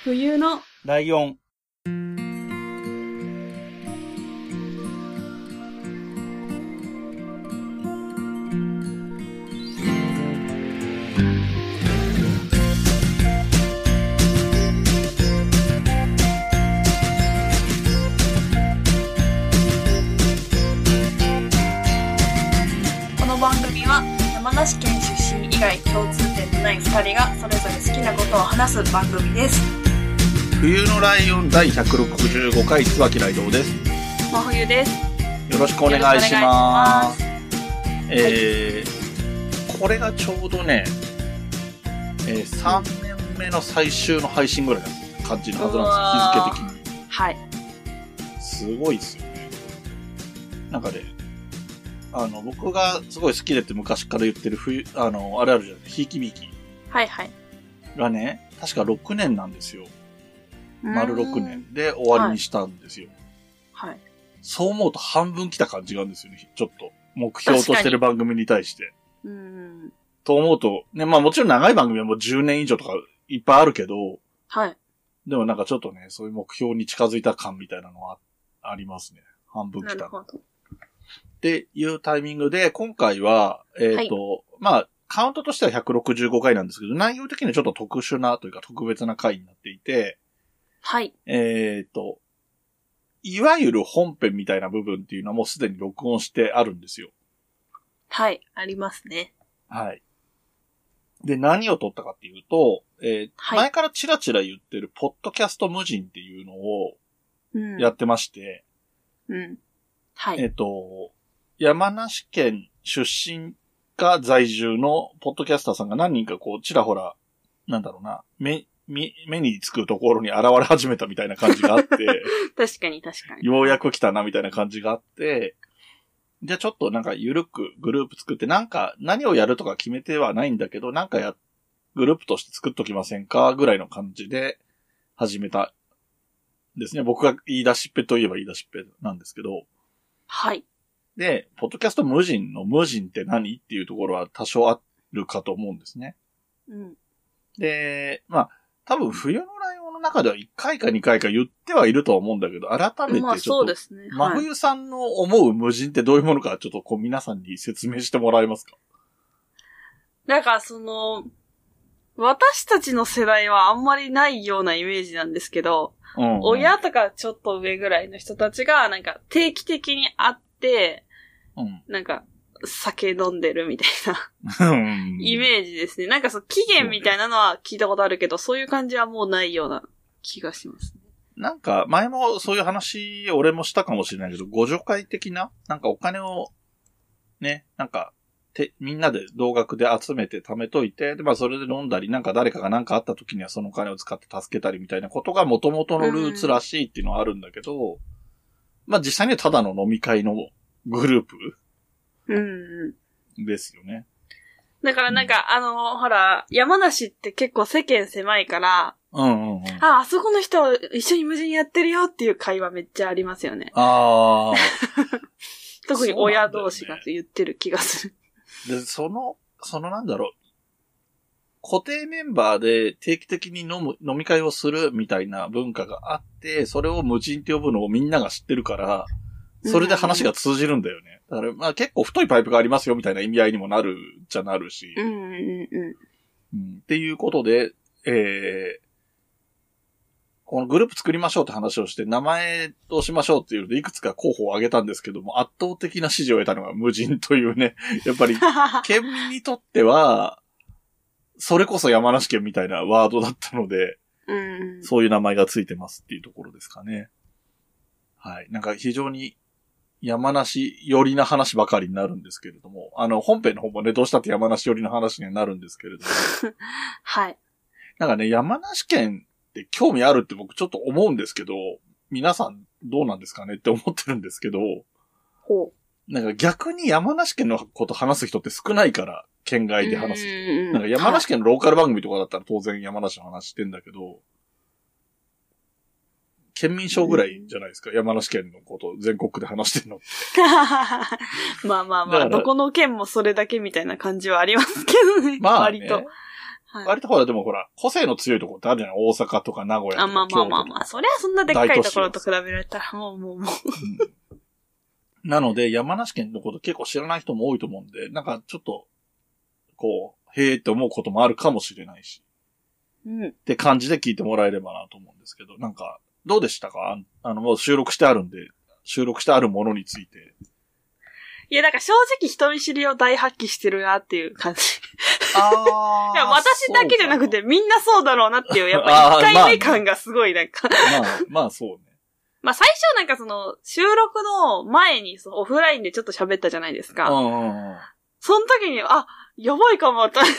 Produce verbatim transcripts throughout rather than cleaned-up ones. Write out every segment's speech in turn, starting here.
冬のライオン。 この番組は山梨県出身以外共通点のないふたりがそれぞれ好きなことを話す番組です。 冬のライオンだいひゃくろくじゅうごかい椿ライドウです。 真冬です。 よろしくお願いします。えーはい、これがちょうどね、えー、さんねんめの最終の配信ぐらいな感じのはずなんですよ、日付的に。 はい。 すごいですよね。なんかね、あの、僕がすごい好きでって昔から言ってる冬、あの、あれあるじゃない、ひいきびいき。 はいはい。 がね、確かろくねんなんですよ。丸ろくねんで終わりにしたんですよ。 はい。はい、 そう思うと半分来た感じがあるんですよね。ちょっと。目標としてる番組に対して。 うん。と思うと、ね、まあもちろん長い番組はもうじゅうねん以上とかいっぱいあるけど。 はい。 でもなんかちょっとね、そういう目標に近づいた感みたいなのはありますね。半分来た。なるほど。っていうタイミングで、今回は、えっ、ー、と、はい、まあ、カウントとしてはひゃくろくじゅうごかいなんですけど、内容的にはちょっと特殊なというか特別な回になっていて、 はい。 えっと、いわゆる本編みたいな部分っていうのはもうすでに録音してあるんですよ。 はい、ありますね。 はい。で、何を撮ったかっていうと、えーはい、前からチラチラ言ってるポッドキャスト無人っていうのをやってまして、 うん。うん、はい。 えっと、山梨県出身か在住のポッドキャスターさんが何人かこうちらほら、なんだろうな、目、目につくところに現れ始めたみたいな感じがあって。 確かに確かに。 ようやく来たなみたいな感じがあって、じゃあちょっとなんかゆるくグループ作って、なんか何をやるとか決めてはないんだけど、なんかや、グループとして作っときませんかぐらいの感じで始めたですね。僕が言い出しっぺといえば言い出しっぺなんですけど。 はい。 で、ポッドキャスト無人の無人って何っていうところは多少あるかと思うんですね。 うん。 で、まあ、多分冬のライオンの中ではいっかいかにかいか言ってはいるとは思うんだけど、改めてちょっと、まあそうですね。真冬さんの思う無人ってどういうものか、ちょっとこう皆さんに説明してもらえますか？ なんかその、私たちの世代はあんまりないようなイメージなんですけど、うんうん、親とかちょっと上ぐらいの人たちがなんか定期的に会って、うん、なんか酒飲んでるみたいなイメージですね。なんかそう期限みたいなのは聞いたことあるけど、そういう感じはもうないような気がしますね。 なんか前もそういう話俺もしたかもしれないけど、互助会的ななんかお金をね、なんかてみんなで同額で集めて貯めといて、でまあそれで飲んだり、なんか誰かが何かあった時にはそのお金を使って助けたりみたいなことが元々のルーツらしいっていうのはあるんだけど、まあ実際にはただの飲み会のグループうんですよね。 だからなんか、うん、あの、ほら、山梨って結構世間狭いから、 うんうんうん、 あ、あそこの人一緒に無人やってるよっていう会話めっちゃありますよね。 ああ。 特に親同士が言ってる気がする。 で、その、そのなんだろう、固定メンバーで定期的に飲む、飲み会をするみたいな文化があって、それを無人って呼ぶのをみんなが知ってるから、それで話が通じるんだよね。だからまあ結構太いパイプがありますよみたいな意味合いにもなるじゃなるし。 うんうんうん。 うん、っていうことで、えー、このグループ作りましょうって話をして、名前どうしましょうっていうのでいくつか候補を挙げたんですけども、圧倒的な支持を得たのが無人というね、やっぱり県民にとっては、それこそ山梨県みたいなワードだったので、 うん、 そういう名前がついてますっていうところですかね。はい。なんか非常に山梨寄りな話ばかりになるんですけれども、あの本編の方もね、どうしたって山梨寄りの話にはなるんですけれども。 はい。 なんかね、山梨県って興味あるって僕ちょっと思うんですけど、皆さんどうなんですかねって思ってるんですけど、 ほう。 なんか逆に山梨県のこと話す人って少ないから、県外で話す人。なんか山梨県のローカル番組とかだったら当然山梨の話してんだけど、県民賞ぐらいじゃないですか、山梨県のことを全国で話してんのって。 まあまあまあ、どこの県もそれだけみたいな感じはありますけどね。 まあ、ね、 割と。 はい、 割とほら、でもほら、個性の強いところってあるじゃない、大阪とか名古屋とか。 あ、まあまあまあまあ。そりゃそんなでっかいところと比べられたら、もうもうもう。 うん、なので、山梨県のこと結構知らない人も多いと思うんで、なんかちょっと、こう、へーって思うこともあるかもしれないし。 うん。 って感じで聞いてもらえればなと思うんですけど、なんか、どうでしたか？あの、もう収録してあるんで、収録してあるものについて。 いや、なんか正直人見知りを大発揮してるなっていう感じ。 ああ。 いや、私だけじゃなくてみんなそうだろうなっていう、やっぱ一回目感がすごいなんかまあ、まあ、まあそうね。 まあ最初なんかその、収録の前にそのオフラインでちょっと喋ったじゃないですか。 うんうんうん。 その時に、あ、やばいかも、と思って。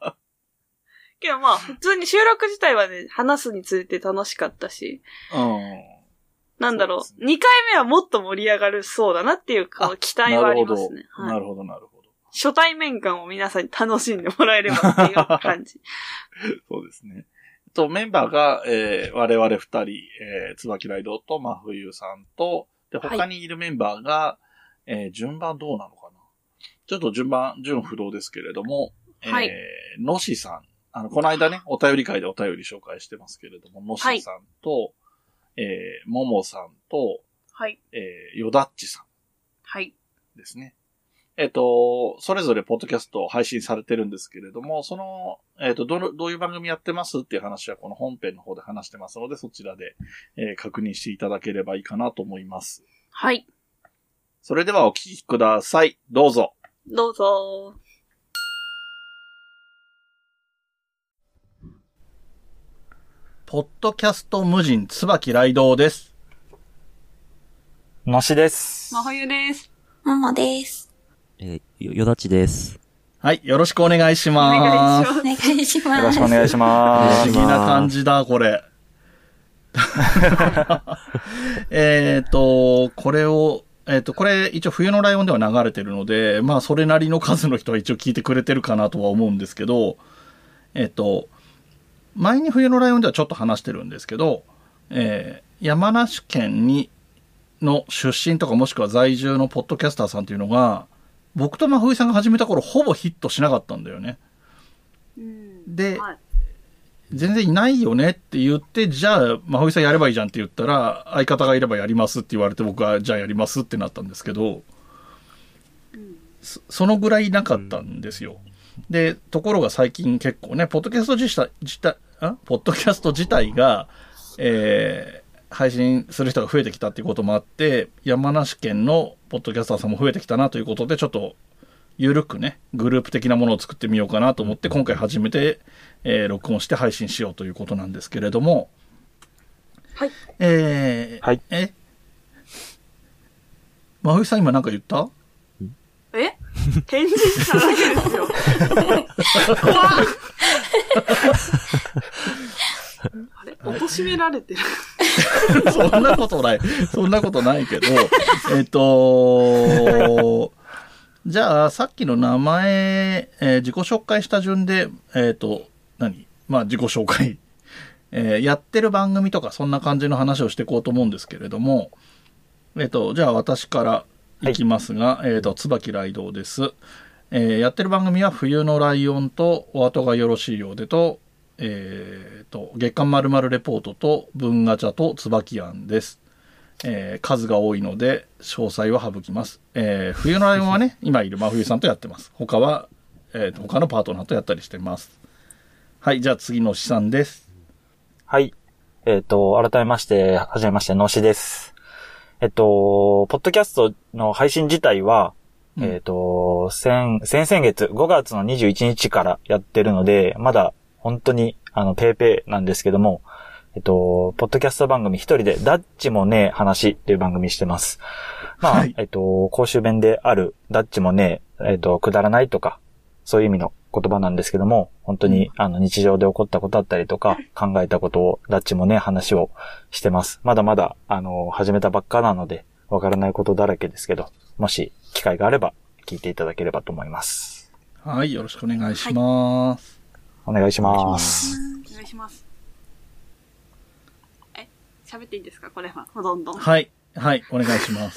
けどまあ、普通に収録自体はね、話すにつれて楽しかったし。 うん。 なんだろう、ね、にかいめはもっと盛り上がるそうだなっていうか期待はありますね。 なるほど、はい、なるほど、なるほど。 初対面感を皆さんに楽しんでもらえればっていう感じ。 そうですね。と、メンバーが、えー、我々二人、えー、椿ライドと真冬さんと、で、他にいるメンバーが、はい、えー、順番どうなのかな。ちょっと順番、順不動ですけれども、はい、えー、のしさん。あの、この間ね、お便り会でお便り紹介してますけれども、のしさんと、はい、えー、ももさんと、 はい。 えー、よだっちさん。 はい。 ですね。えっと、それぞれポッドキャストを配信されてるんですけれども、その、えっと、どの、どういう番組やってますっていう話はこの本編の方で話してますので、そちらで、えー、確認していただければいいかなと思います。 はい。 それではお聞きください。どうぞ。 どうぞ。 ポッドキャスト無人椿雷道です。 のしです。 まほゆです。 ももです。 えー、よ、よだちです。 はい、よろしくお願いします。 お願いします。 よろしくお願いします。 不思議な感じだ、これ。えっと、これを、えっと、これ一応冬のライオンでは流れてるので、まあそれなりの数の人は一応聞いてくれてるかなとは思うんですけど、えっと、前に冬のライオンではちょっと話してるんですけど、えー、山梨県にの出身とかもしくは在住のポッドキャスターさんっていうのが、僕と真冬さんが始めた頃ほぼヒットしなかったんだよね。 うん、 で、 はい、 全然いないよねって言って、じゃあ真冬さんやればいいじゃんって言ったら、相方がいればやりますって言われて僕はじゃあやりますってなったんですけど、うん、そ, そのぐらいなかったんですよ。で、ところが最近結構ね、ポッドキャスト自体、自体、んポッドキャスト自体が、えー、配信する人が増えてきたっていうこともあって、山梨県のポッドキャスターさんも増えてきたなということで、ちょっと、ゆるくね、グループ的なものを作ってみようかなと思って、今回初めて、えー、録音して配信しようということなんですけれども、 はい。 えー、 はい。 え真冬さん今なんか言った？ え返事しただけですよ。怖っあれ貶められてる。 そんなことない。そんなことないけど、えっと、じゃあ、さっきの名前、えー、自己紹介した順で、えっと、何まあ、自己紹介。えー、やってる番組とか、そんな感じの話をしていこうと思うんですけれども、えっと、じゃあ、私からいきますが、はい、えっと、椿雷道です。えー、やってる番組は、冬のライオンと、お後がよろしいようでと、えー、と、月刊〇〇レポートと、文ガチャと、椿庵です。えー、数が多いので、詳細は省きます。えー、冬のライオンはね、今いる真冬さんとやってます。他は、えーと、他のパートナーとやったりしてます。はい、じゃあ次のしさんです。 はい。えっと、改めまして、はじめまして、のしです。えっと、ポッドキャストの配信自体は、うん、えっと、先、先々月、ごがつのにじゅういちにちからやってるので、まだ、本当に、あの、ペーペーなんですけども、えっと、ポッドキャスト番組一人で、ダッチもねえ話っていう番組してます。まあ、はい、えっと、公衆弁である、ダッチもねえ、えっと、くだらないとか、そういう意味の言葉なんですけども、本当に、うん、あの、日常で起こったことだったりとか、考えたことを、ダッチもねえ話をしてます。まだまだ、あの、始めたばっかなので、わからないことだらけですけど、もし、機会があれば、聞いていただければと思います。 はい、よろしくお願いします。 はい、お願いします。 お願いします。え、喋っていいですかこれは、ほとんど。 はい、はい、お願いします。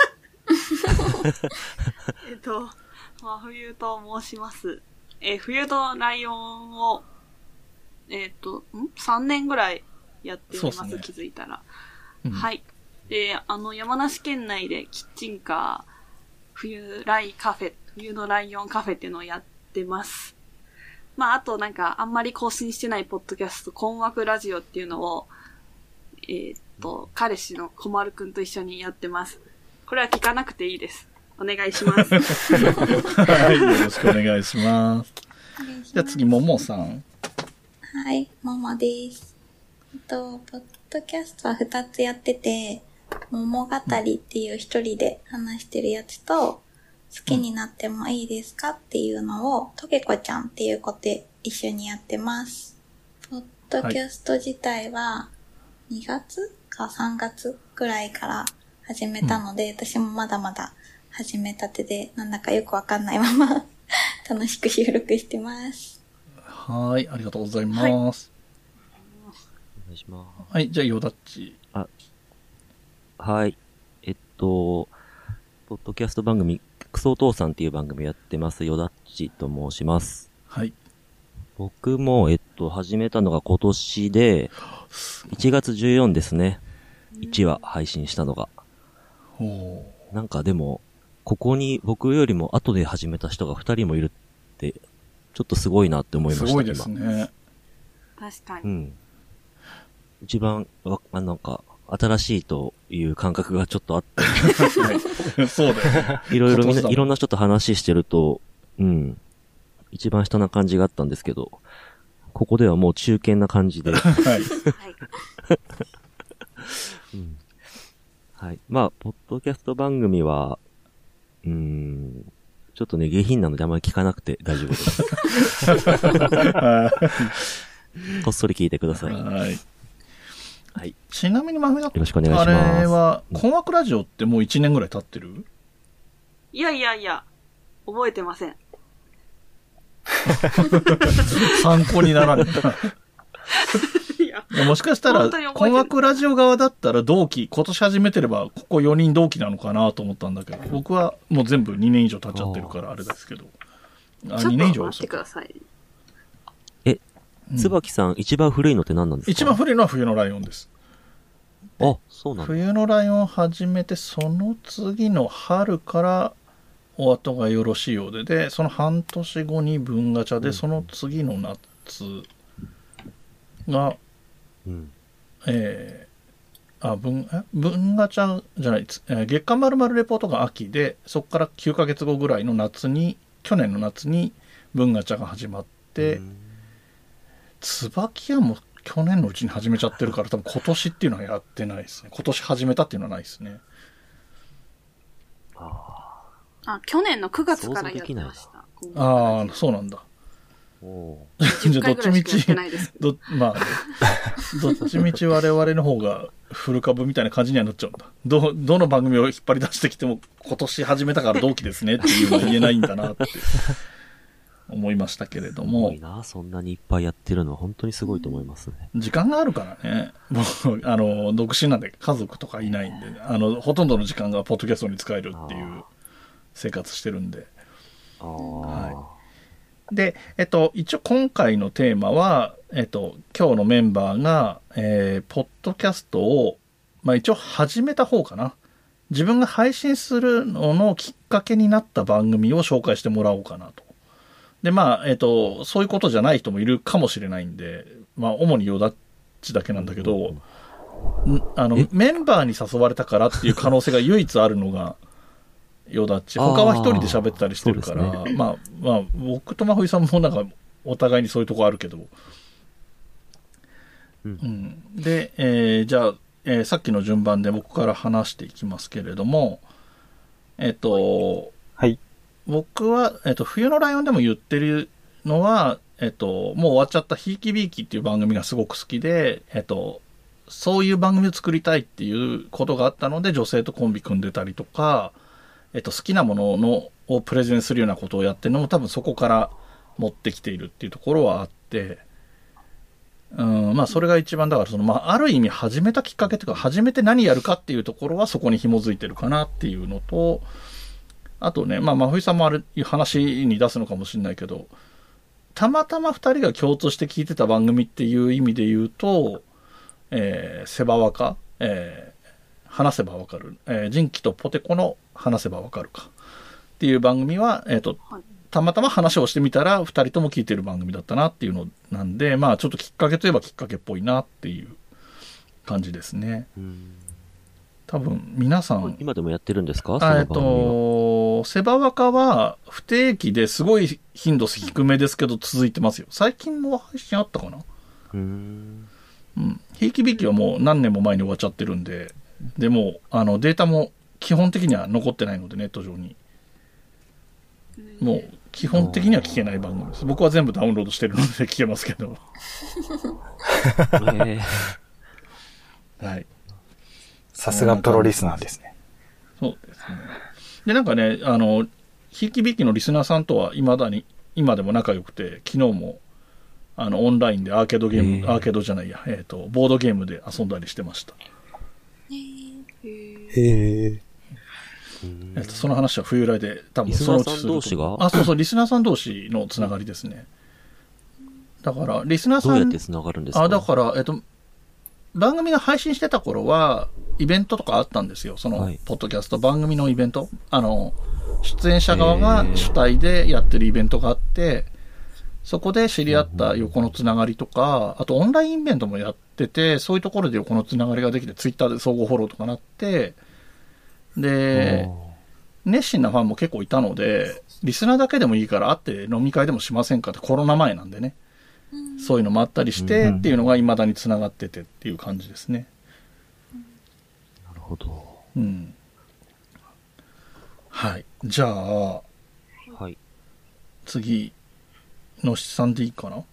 えっと、真冬と申します。 えー、冬のライオンを、えっ、ー、と、ん ?さん 年ぐらいやっております、ね、気づいたら、うん。はい。で、あの、山梨県内でキッチンカー、冬ライカフェ、冬のライオンカフェっていうのをやってます。まあ、あとなんか、あんまり更新してないポッドキャスト、困惑ラジオっていうのを、えっ、ー、と、彼氏の小丸くんと一緒にやってます。これは聞かなくていいです。お願いします。 はい、よろしくお願いします。じゃあ次、ももさん。 はい、ももです。えっと、ポッドキャストはふたつやってて、桃語りっていう一人で話してるやつと、好きになってもいいですかっていうのを、とけこちゃんっていう子で一緒にやってます。ポッドキャスト自体はにがつかさんがつぐらいから始めたので、うん、私もまだまだ始めたてで、なんだかよくわかんないまま楽しく収録してます。 はい、ありがとうございます。はい、お願いします。 はい、じゃあよだっち。 あ、はい。えっと、ポッドキャスト番組、クソお父さんっていう番組やってます、よだっちと申します。 はい。 僕も、えっと、始めたのが今年で、いちがつじゅうよっかですね。いちわ配信したのが。 おなんかでも、ここに僕よりも後で始めた人がふたりもいるって、ちょっとすごいなって思いました。 すごいですね。 確かに。 うん。一番、あ、なんか、新しいという感覚がちょっとあって。 そうだよ。 いろいろみんな、いろんな人と話してると、うん。一番下な感じがあったんですけど、ここではもう中堅な感じで。はい。うん、はい。まあ、ポッドキャスト番組は、うーん、ちょっとね、下品なのであまり聞かなくて大丈夫です。こっそり聞いてください。 はい。 はい。 ちなみに真冬さん、よろしくお願いします。 あれは、困惑ラジオってもういちねんぐらい経ってる？ いやいやいや、覚えてません。 参考にならない。いやもしかしたら、困惑ラジオ側だったら同期、今年始めてれば、ここよにん同期なのかなと思ったんだけど、僕はもう全部にねん以上経っちゃってるからあれですけど。 あ、にねん以上。ちょっと待ってください。 え、椿さん、一番古いのって何なんですか？ 一番古いのは冬のライオンです。 あ、そうなんだ。 冬のライオンを始めて、その次の春からお後がよろしいようで、で、その半年後に文ガチャで、うん、その次の夏が、うん、えー、あ、文、え文ガチャじゃない、えー、月刊まるまるレポートが秋で、そこからきゅうかげつごぐらいの夏に、去年の夏に文ガチャが始まって、うん、椿屋も去年のうちに始めちゃってるから、多分今年っていうのはやってないですね。今年始めたっていうのはないですね。 ああ、去年のくがつからやってました。 ああ、そうなんだ。 おじゃあどっちみち、ど、まあ、ね、どっちみち我々の方がフル株みたいな感じにはなっちゃうんだ。ど、どの番組を引っ張り出してきても今年始めたから同期ですねっていうのは言えないんだなって思いましたけれども。 すごいな、そんなにいっぱいやってるのは本当にすごいと思いますね。 時間があるからね。僕、あの、独身なんで家族とかいないんで、あの、ほとんどの時間がポッドキャストに使えるっていう生活してるんで。 あはい。で、えっと、一応今回のテーマは、えっと、今日のメンバーが、えー、ポッドキャストを、まあ一応始めた方かな。自分が配信するののきっかけになった番組を紹介してもらおうかなと。で、まあ、えっと、そういうことじゃない人もいるかもしれないんで、まあ、主によだっちだけなんだけど、あの、メンバーに誘われたからっていう可能性が唯一あるのが、よだっち。他は一人で喋ったりしてるから、ね、まあ、まあ、僕と真冬さんもなんか、お互いにそういうとこあるけど。 うん。 うん、で、えー、じゃあ、えー、さっきの順番で僕から話していきますけれども、えっと、 はい。 僕は、えっと、冬のライオンでも言ってるのは、えっと、もう終わっちゃったひいきびいきっていう番組がすごく好きで、えっと、そういう番組を作りたいっていうことがあったので、女性とコンビ組んでたりとか、えっと、好きなもののをプレゼンするようなことをやってるのも多分そこから持ってきているっていうところはあって、うん、まあそれが一番だからその、まあある意味始めたきっかけというか、始めて何やるかっていうところはそこに紐づいてるかなっていうのと、あとね、まあ真冬さんもある話に出すのかもしれないけど、 たまたま二人が共通して聞いてた番組っていう意味で言うと、えー、セバワカ、えー、話せばわかる、えー、ジンキとポテコの話せばわかるかっていう番組は、えっと、はい、たまたま話をしてみたら二人とも聞いてる番組だったなっていうのなんで、まあちょっときっかけといえばきっかけっぽいなっていう感じですね。うん、多分皆さん。 今でもやってるんですか？ えっと、セバワカは不定期ですごい頻度低めですけど続いてますよ。最近も配信あったかな？うーん。うん。ひいきびきはもう何年も前に終わっちゃってるんで、でも、あの、データも基本的には残ってないので、ネット上に。もう、基本的には聞けない番組です。僕は全部ダウンロードしてるので聞けますけど。 えー、はい。さすがプロリスナーですね。 そうですね。で、なんかね、あの、ひいきびきのリスナーさんとは未だに、今でも仲良くて、昨日も、あの、オンラインでアーケードゲーム、アーケードじゃないや、えっと、ボードゲームで遊んだりしてました。へえ。えっと、その話は冬来で多分そのうちすると。リスナーさん同士が？あ、そうそう、リスナーさん同士のつながりですね。だから、リスナーさん。 どうやってつながるんですか？ あ、だから、えっと、番組が配信してた頃は、イベントとかあったんですよ。その、はい、ポッドキャスト番組のイベント。あの、出演者側が主体でやってるイベントがあって、そこで知り合った横のつながりとか、あとオンラインイベントもやってて、そういうところで横のつながりができて、ツイッターで相互フォローとかなって、で、熱心なファンも結構いたので、リスナーだけでもいいから会って飲み会でもしませんかって、コロナ前なんでね。そういうのもあったりして、っていうのが未だにつながっててっていう感じですね。 なるほど。 うん。はい。じゃあ、 はい。 次、のしさんでいいかな？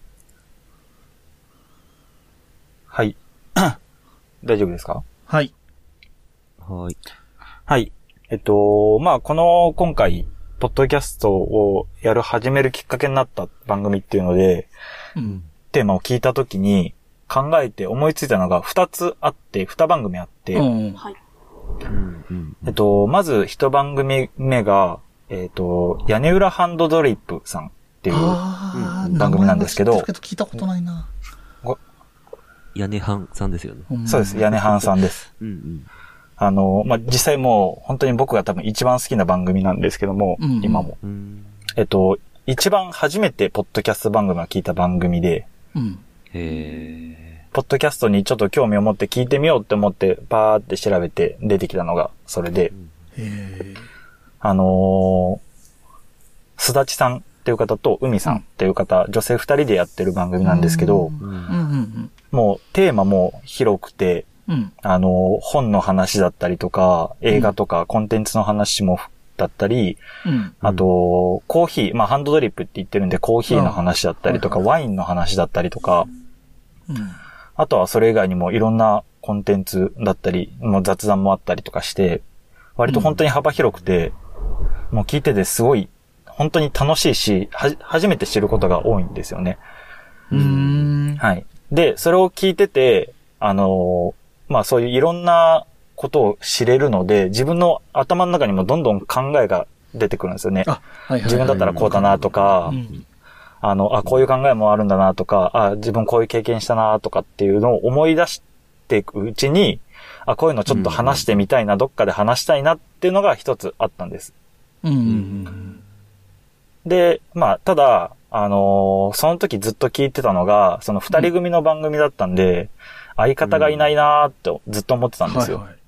はい。大丈夫ですか？ はい。 はい。 はい。えっと、まあ、この、今回、ポッドキャストをやる、始めるきっかけになった番組っていうので、うん、テーマを聞いたときに、考えて思いついたのが二つあって、二番組あって、うんはいえっと、まず一番組目が、えっと、屋根裏ハンドドリップさんっていう番組なんですけど、 聞いたことないな。 屋根半さんですよね。 そうです、屋根半さんです。うんうんあの、まあ、実際もう本当に僕が多分一番好きな番組なんですけども、うんうん、今も。えっと、一番初めてポッドキャスト番組を聞いた番組で、うん、へーポッドキャストにちょっと興味を持って聞いてみようって思って、パーって調べて出てきたのがそれで、へーあのー、すだちさんっていう方と海さんっていう方、うん、女性二人でやってる番組なんですけど、うんうん、もうテーマも広くて、うん、あの、本の話だったりとか、映画とかコンテンツの話もだったり、うん、あと、コーヒー、まあハンドドリップって言ってるんでコーヒーの話だったりとか、うん、ワインの話だったりとか、うん、あとはそれ以外にもいろんなコンテンツだったり、もう雑談もあったりとかして、割と本当に幅広くて、うん、もう聞いててすごい、本当に楽しいし、は、初めて知ることが多いんですよね。うーんはい。で、それを聞いてて、あのー、まあそういういろんなことを知れるので、自分の頭の中にもどんどん考えが出てくるんですよね。あ、はいはいはい、自分だったらこうだなとか、うん、あの、あ、こういう考えもあるんだなとか、あ、自分こういう経験したなとかっていうのを思い出していくうちに、あ、こういうのちょっと話してみたいな、うん、どっかで話したいなっていうのが一つあったんです。うんうんうん、で、まあ、ただ、あのー、その時ずっと聞いてたのが、その二人組の番組だったんで、うん相方がいないなーってずっと思ってたんですよ、うんはいはい。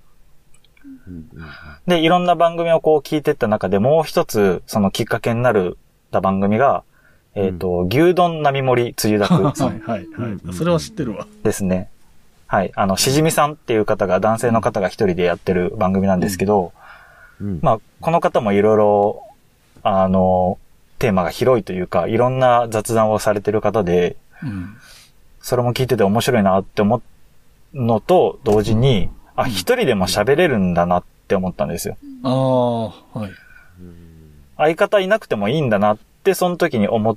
で、いろんな番組をこう聞いてった中でもう一つそのきっかけになるた番組が、えっ、ー、と、うん、牛丼並盛りつゆだくさん。 はいはいはい。それは知ってるわ。 ですね。はい。あの、しじみさんっていう方が、男性の方が一人でやってる番組なんですけど、うん、まあ、この方もいろいろ、あの、テーマが広いというか、いろんな雑談をされてる方で、うん、それも聞いてて面白いなって思って、のと同時に、あ、一人でも喋れるんだなって思ったんですよ。ああ、はい。相方いなくてもいいんだなってその時に思って、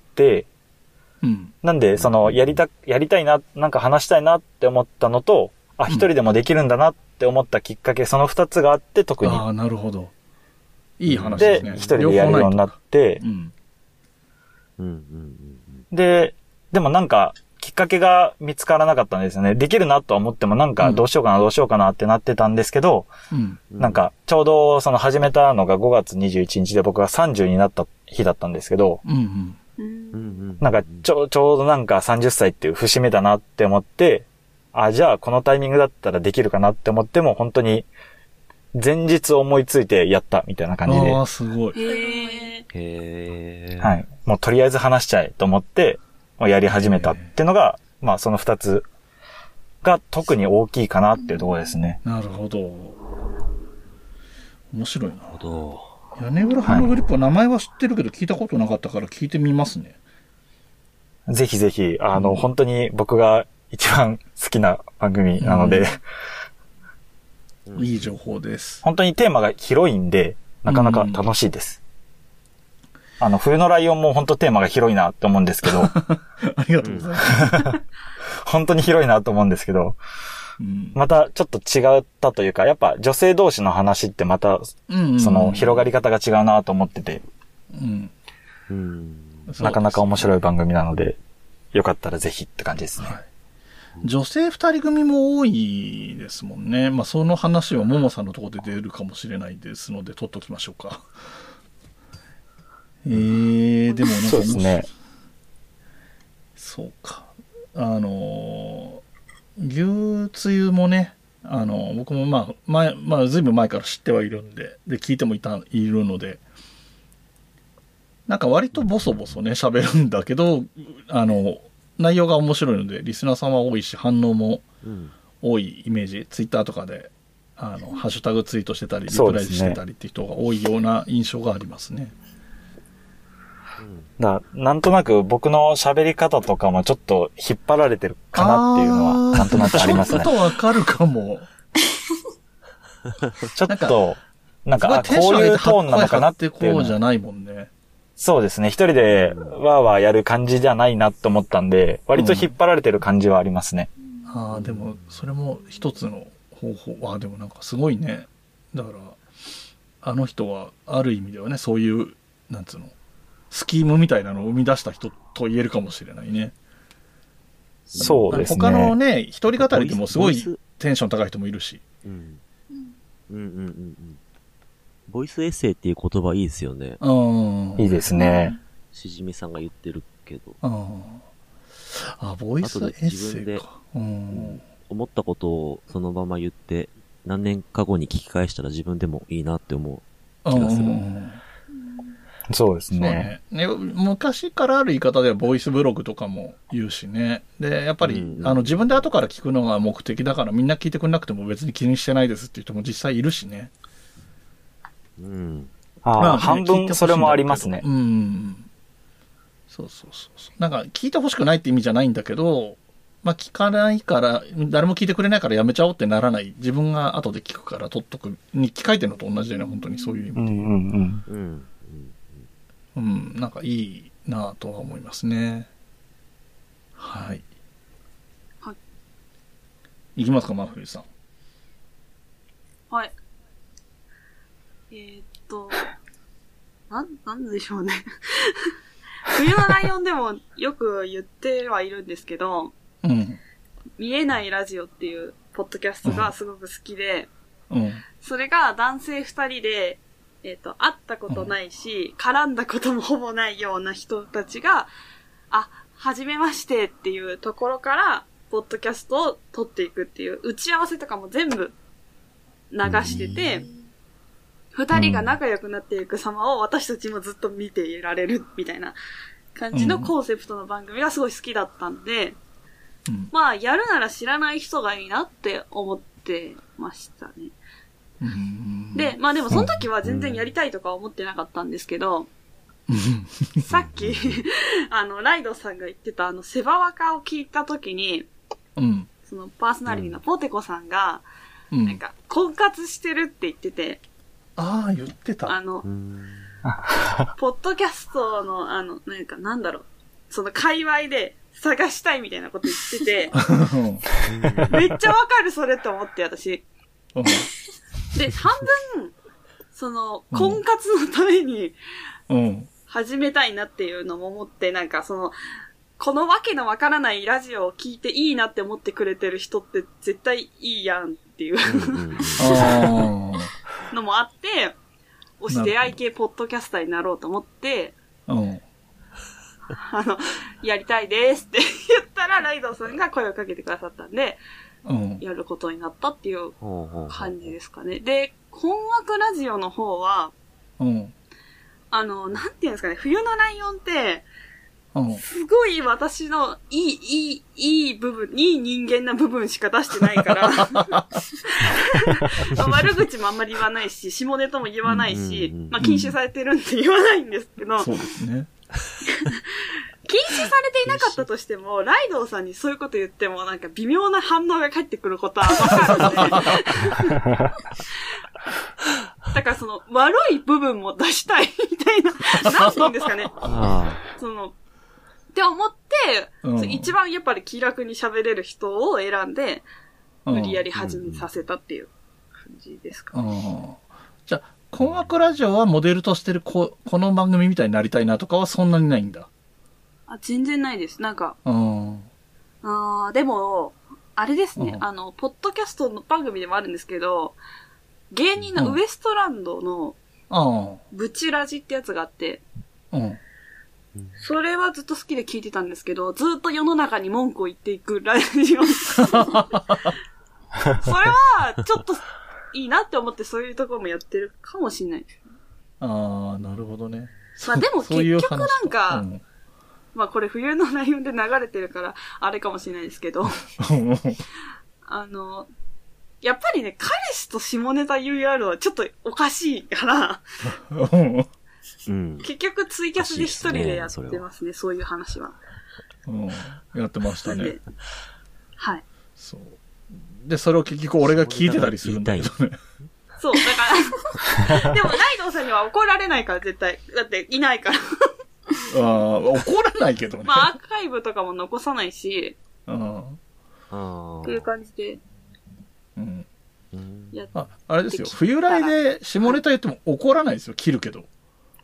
うん、なんでそのやりたやりたいな、なんか話したいなって思ったのと、あ、一人でもできるんだなって思ったきっかけ、その二つがあって特に。 ああ、なるほど。いい話ですね。 で、一人でやるようになって、うん、 うんうんで、でもなんか、きっかけが見つからなかったんですよね。できるなとは思ってもなんかどうしようかなどうしようかなってなってたんですけど、うん、なんかちょうどその始めたのがごがつにじゅういちにちで僕がさんじゅうになった日だったんですけど、うんうん、なんかちょ、ちょうどなんかさんじゅっさいっていう節目だなって思って、あ、じゃあこのタイミングだったらできるかなって思っても本当に前日思いついてやったみたいな感じで。 ああ、すごい。 へえ。 はい。もうとりあえず話しちゃえと思って、やり始めたっていうのが、まあその二つが特に大きいかなっていうところですね。 なるほど。面白いな。 なるほど。 屋根裏ハンドグリップは名前は知ってるけど聞いたことなかったから聞いてみますね。 ぜひぜひ、あの、うん、本当に僕が一番好きな番組なので、 うん、いい情報です。 本当にテーマが広いんで、なかなか楽しいです。あの、冬のライオンも本当テーマが広いなって思うんですけど。 ありがとうございます。 本当に広いなと思うんですけど、うん、またちょっと違ったというか、やっぱ女性同士の話ってまた、その広がり方が違うなと思ってて、うんうん、なかなか面白い番組なので、よかったらぜひって感じですね。はい、 女性二人組も多いですもんね。まあその話はももさんのところで出るかもしれないですので、取っときましょうか。えー、でもなんかそうですね。 そうか。あの、牛つゆもね、あの、僕もまあ、前、まあ、ずいぶん前から知ってはいるんで、で、聞いてもいた、いるので、なんか割とボソボソね、喋るんだけど、あの、内容が面白いので、リスナーさんは多いし、反応も多いイメージ、うん、ツイッターとかで、あの、ハッシュタグツイートしてたり、リプライしてたりって人が多いような印象がありますね。 だなんとなく僕の喋り方とかもちょっと引っ張られてるかなっていうのはなんとなくありますね。 ちょっとわかるかも。 ちょっと、なんか、あ、こういうトーンなのかなっていう。 こうじゃないもんね。 そうですね。一人でわーわーやる感じじゃないなって思ったんで、割と引っ張られてる感じはありますね。 うん、ああ、でも、それも一つの方法。ああ、でもなんかすごいね。だから、あの人は、ある意味ではね、そういう、なんつうの、スキームみたいなのを生み出した人と言えるかもしれないね。 そうですね。 他のね、一人語りでもすごいテンション高い人もいるし。うん。 うんうんうんうん。ボイスエッセイっていう言葉いいですよね。 うん。いいですね。 しじみさんが言ってるけど。 うん。あ、ボイスエッセイか。 後で自分で、うん、思ったことをそのまま言って、何年か後に聞き返したら自分でもいいなって思う気がする。うんそうですね。 ね。昔からある言い方ではボイスブログとかも言うしね。で、やっぱり、うんうん、あの自分で後から聞くのが目的だからみんな聞いてくれなくても別に気にしてないですっていう人も実際いるしね。 うん。あ、まあ、半分それもありますね。 うん。そうそうそうそう。なんか聞いてほしくないって意味じゃないんだけど、まあ聞かないから、誰も聞いてくれないからやめちゃおうってならない。自分が後で聞くから取っとく。日記書いてるのと同じだよね、本当にそういう意味で。うんうんうん。うんうん、なんかいいなぁとは思いますね。はい。 はい。 いきますか、マフィーさん。 はい。えー、っと、なん、なんでしょうね。冬のライオンでもよく言ってはいるんですけど、うん、見えないラジオっていうポッドキャストがすごく好きで、うんうん、それが男性二人で、えっと、会ったことないし、うん、絡んだこともほぼないような人たちが、あ、はじめましてっていうところから、ポッドキャストを撮っていくっていう、打ち合わせとかも全部流してて、二、うん、人が仲良くなっていく様を私たちもずっと見ていられるみたいな感じのコンセプトの番組がすごい好きだったんで、うん、まあ、やるなら知らない人がいいなって思ってましたね。で、まあでもその時は全然やりたいとか思ってなかったんですけど、さっき、あの、ライドさんが言ってたあの、セバワカを聞いた時に、うん、そのパーソナリティのポテコさんが、うん、なんか、婚活してるって言ってて、 ああ、言ってた。 あの、ポッドキャストの、あの、なんか、なんだろう、その界隈で探したいみたいなこと言ってて、めっちゃわかるそれって思って、私。で、半分、その、婚活のために、始めたいなっていうのも思って、なんかその、 このわけのわからないラジオを聞いていいなって思ってくれてる人って絶対いいやんっていうのもあって、推し出会い系ポッドキャスターになろうと思って、うん、あの、やりたいですって言ったら、ライドウさんが声をかけてくださったんで、うん、やることになったっていう感じですかね。で、困惑ラジオの方は、うん、あの、なんていうんですかね、冬のライオンって、うん、すごい私のいい、いい、いい部分、いい人間な部分しか出してないから悪口もあんまり言わないし、下ネタも言わないし、うんうんうん、まあ禁止されてるんで言わないんですけど、 そうですね。 禁止されていなかったとしても、ライドウさんにそういうこと言ってもなんか微妙な反応が返ってくることはわかるので。だからその悪い部分も出したいみたいな、なんて言うんですかね。その、って思って、うん、一番やっぱり気楽に喋れる人を選んで、無理やり始めさせたっていう感じですかね。 うんうん、じゃあ、困惑ラジオはモデルとしてるこ、この番組みたいになりたいなとかはそんなにないんだ。 あ、全然ないです。なんか、うん、あーでも、あれですね、うん、あの、ポッドキャストの番組でもあるんですけど、芸人のウエストランドの、ブチラジってやつがあって、うんそれはずっと好きで聞いてたんですけど、ずっと世の中に文句を言っていくラジオ。それは、ちょっといいなって思ってそういうところもやってるかもしれない。 ああ、なるほどね。 まあでも結局なんか、うん、まあこれ冬のライオンで流れてるから、あれかもしれないですけど、あの、やっぱりね、彼氏と下ネタ ユーアール はちょっとおかしいから、うん、結局ツイキャスで一人でやってますね、そ, そういう話は。 うん、やってましたね。 はい。 そう。で、それを結局俺が聞いてたりするんだけどね。 そう、だから、でもライドウさんには怒られないから絶対。だっていないから。 ああ、怒らないけどね。 まあアーカイブとかも残さないし、 ああっていう感じで。 うん。やあ、あれですよ。冬来で下ネタ言っても怒らないですよ。切るけど。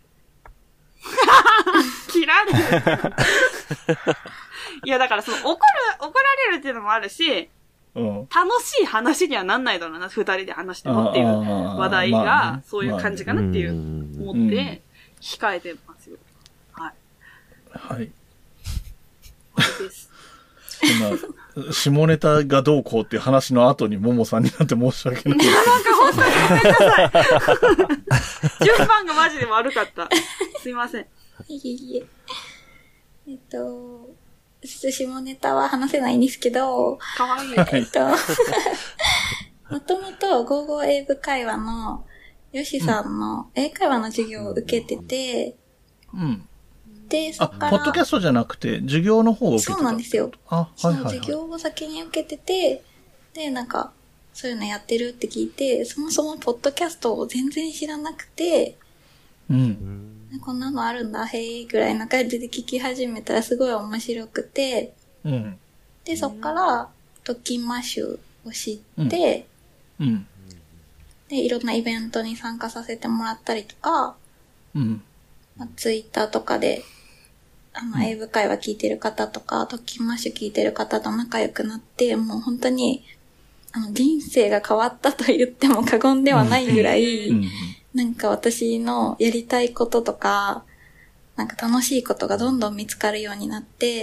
切られる。いやだからその怒る、怒られるっていうのもあるし、うん、楽しい話にはなんないだろうな、二人で話してもっていう話題が、そういう感じかなっていう、思って、控えてますよ。はい。 はい。です。そんな、下ネタがどうこうっていう話の後にももさんになって申し訳ない。 いや、なんか本当にごめんなさい。順番がマジで悪かった。すいません。 いえいえ。えっと、下ネタは話せないんですけど、 かわいい。 えっと、もともとゴーゴー英語会話のヨシさんの英会話の授業を受けてて、 うん。 で、そっから。 あ、ポッドキャストじゃなくて、授業の方を受けてた。 そうなんですよ。 あ、はいはい、はい。 授業を先に受けてて、で、なんか、そういうのやってるって聞いて、そもそもポッドキャストを全然知らなくて、 うん。 こんなのあるんだ、へえ、ぐらいな感じで聞き始めたらすごい面白くて、 うん。 で、そっから、トキンマッシュを知って、 うん。うん、 で、いろんなイベントに参加させてもらったりとか、 うん。 まあ、ツイッターとかで、あの、英語会話聞いてる方とか、トキンマッシュ聞いてる方と仲良くなって、もう本当に、あの、人生が変わったと言っても過言ではないぐらい、うんうん、なんか私のやりたいこととか、なんか楽しいことがどんどん見つかるようになって、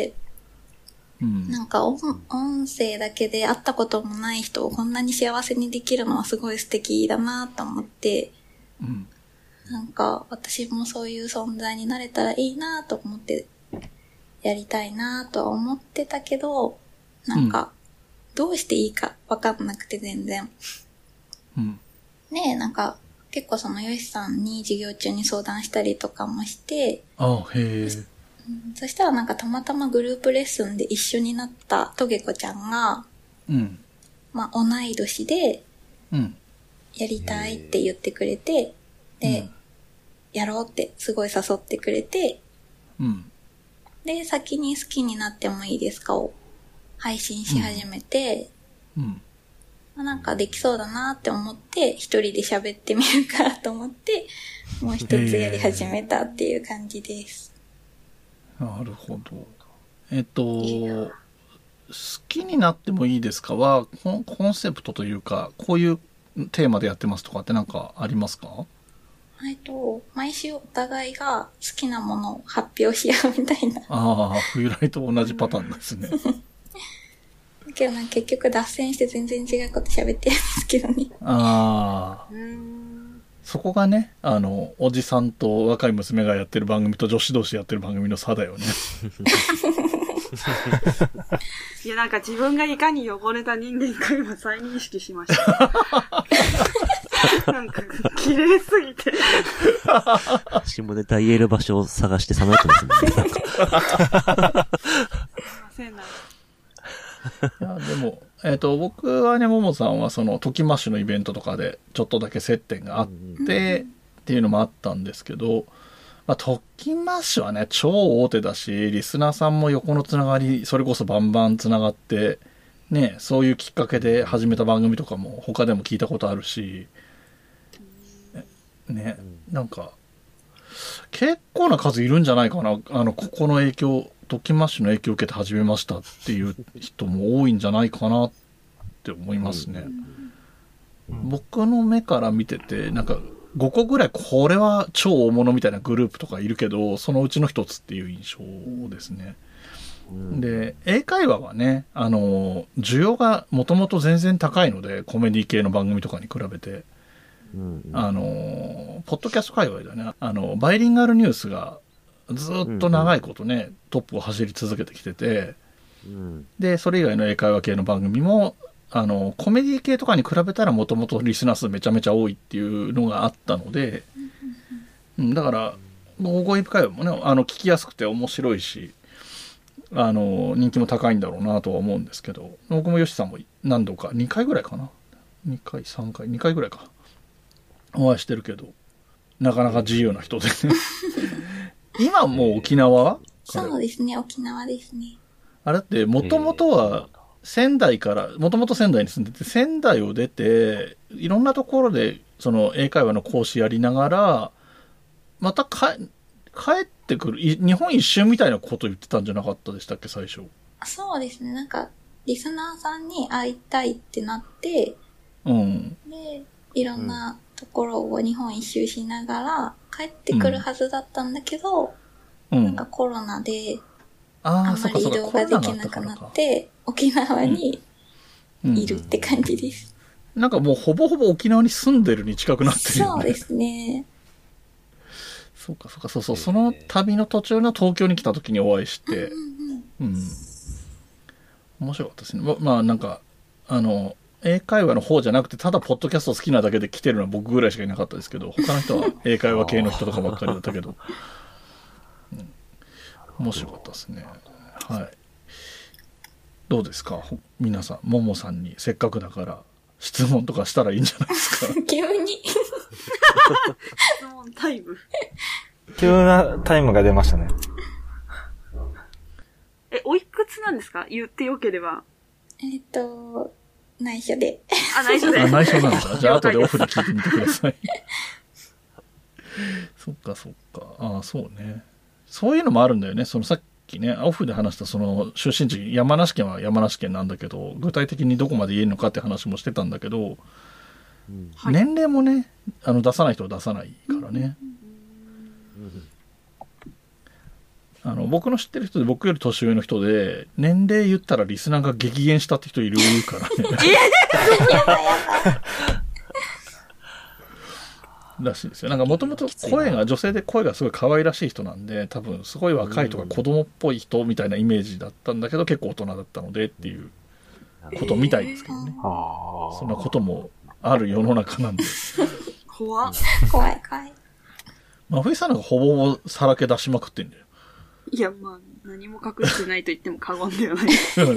うん、なんか音、音声だけで会ったこともない人をこんなに幸せにできるのはすごい素敵だなと思って、 うん、 なんか私もそういう存在になれたらいいなと思ってやりたいなとは思ってたけど、なんかどうしていいかわかんなくて全然。 うん、 ねえ、なんか結構そのヨシさんに授業中に相談したりとかもして、 あ、へえ。 そしたらなんかたまたまグループレッスンで一緒になったトゲコちゃんが、 うん、 まあ同い年で、やりたいって言ってくれて、で、うん、やろうってすごい誘ってくれて、 うん、 で、先に好きになってもいいですかを配信し始めて、 うんうん、 まあ、なんかできそうだなって思って、一人で喋ってみるかと思って、もう一つやり始めたっていう感じです。 なるほど。 えっと、好きになってもいいですかは、コン、コンセプトというか、こういうテーマでやってますとかってなんかありますか？ えっと、毎週お互いが好きなものを発表し合うみたいな。 ああ、冬来と同じパターンですね。 だけどなんか結局脱線して全然違うこと喋ってるんですけどね。 ああ。そこがね、あの、おじさんと若い娘がやってる番組と女子同士やってる番組の差だよね。 いや、なんか自分がいかに汚れた人間か今再認識しました。なんか、綺麗すぎて。 下ネタ言える場所を探してさまよってますね。すいませんな。いや、でも、えっと、僕はね、ももさんはその、トキマッシュのイベントとかで、ちょっとだけ接点があって、っていうのもあったんですけど、まあ、トキマッシュはね、超大手だし、リスナーさんも横のつながり、それこそバンバンつながって、ね、そういうきっかけで始めた番組とかも他でも聞いたことあるし、ね、なんか、結構な数いるんじゃないかな。あの、ここの影響、トキマッシュの影響を受けて始めましたっていう人も多いんじゃないかなって思いますね。僕の目から見てて、なんかごこぐらいこれは超大物みたいなグループとかいるけど、そのうちの一つっていう印象ですね。で、英会話はね、あの、需要がもともと全然高いので、コメディ系の番組とかに比べて、あの、ポッドキャスト界隈だね、あの、バイリンガルニュースがずっと長いことね、トップを走り続けてきてて、で、それ以外の英会話系の番組も、あの、コメディ系とかに比べたらもともとリスナー数めちゃめちゃ多いっていうのがあったので、うん、だから、ゴーゴー英会話もね、あの、聞きやすくて面白いし、あの、人気も高いんだろうなとは思うんですけど、僕もヨシさんも何度か、にかいぐらいかな。にかい、さんかい、にかいぐらいか。お会いしてるけど、なかなか自由な人でね。今もう沖縄？ そうですね、沖縄ですね。 あれって、もともとは仙台から、もともと仙台に住んでて、仙台を出て、いろんなところで、その英会話の講師やりながら、またか帰ってくる、日本一周みたいなこと言ってたんじゃなかったでしたっけ、最初。 そうですね、なんか、リスナーさんに会いたいってなって、 うん。 で、いろんなところを日本一周しながら、帰ってくるはずだったんだけど、うん、なんかコロナで、あんまり移動ができなくなって、沖縄にいるって感じです、 うんうん。なんかもうほぼほぼ沖縄に住んでるに近くなってるよね。 そうですね。 そうかそうか、そうそう、その旅の途中の東京に来た時にお会いして、うん、うん。面白かったですね。ま、まあなんか、あの、英会話の方じゃなくて、ただポッドキャスト好きなだけで来てるのは僕ぐらいしかいなかったですけど、他の人は英会話系の人とかばっかりだったけど、うん、面白かったですね。はい。どうですか皆さん、ももさんにせっかくだから質問とかしたらいいんじゃないですか。 急に。質問タイム。 急なタイムが出ましたね。 え、おいくつなんですか言ってよければ。 えっと、内緒で。 あ、内緒で。 あ、内緒なんだ。じゃあ後でオフで聞いてみてください。そっかそっか。ああ、そうね。そういうのもあるんだよね。そのさっきね、オフで話したその出身地、山梨県は山梨県なんだけど、具体的にどこまで言えるのかって話もしてたんだけど、うん、年齢もね、あの出さない人は出さないからね。うんあの僕の知ってる人で僕より年上の人で年齢言ったらリスナーが激減したって人いるからね。らしいですよ。なんかもともと声が女性で声がすごい可愛らしい人なんで多分すごい若いとか子供っぽい人みたいなイメージだったんだけど結構大人だったのでっていうことみたいですけどね。そんなこともある世の中なんで。 怖っ。 怖い怖い。 まあ冬さんなんかほぼほぼさらけ出しまくってんだよ。 いや、まあ、何も隠してないと言っても過言ではない。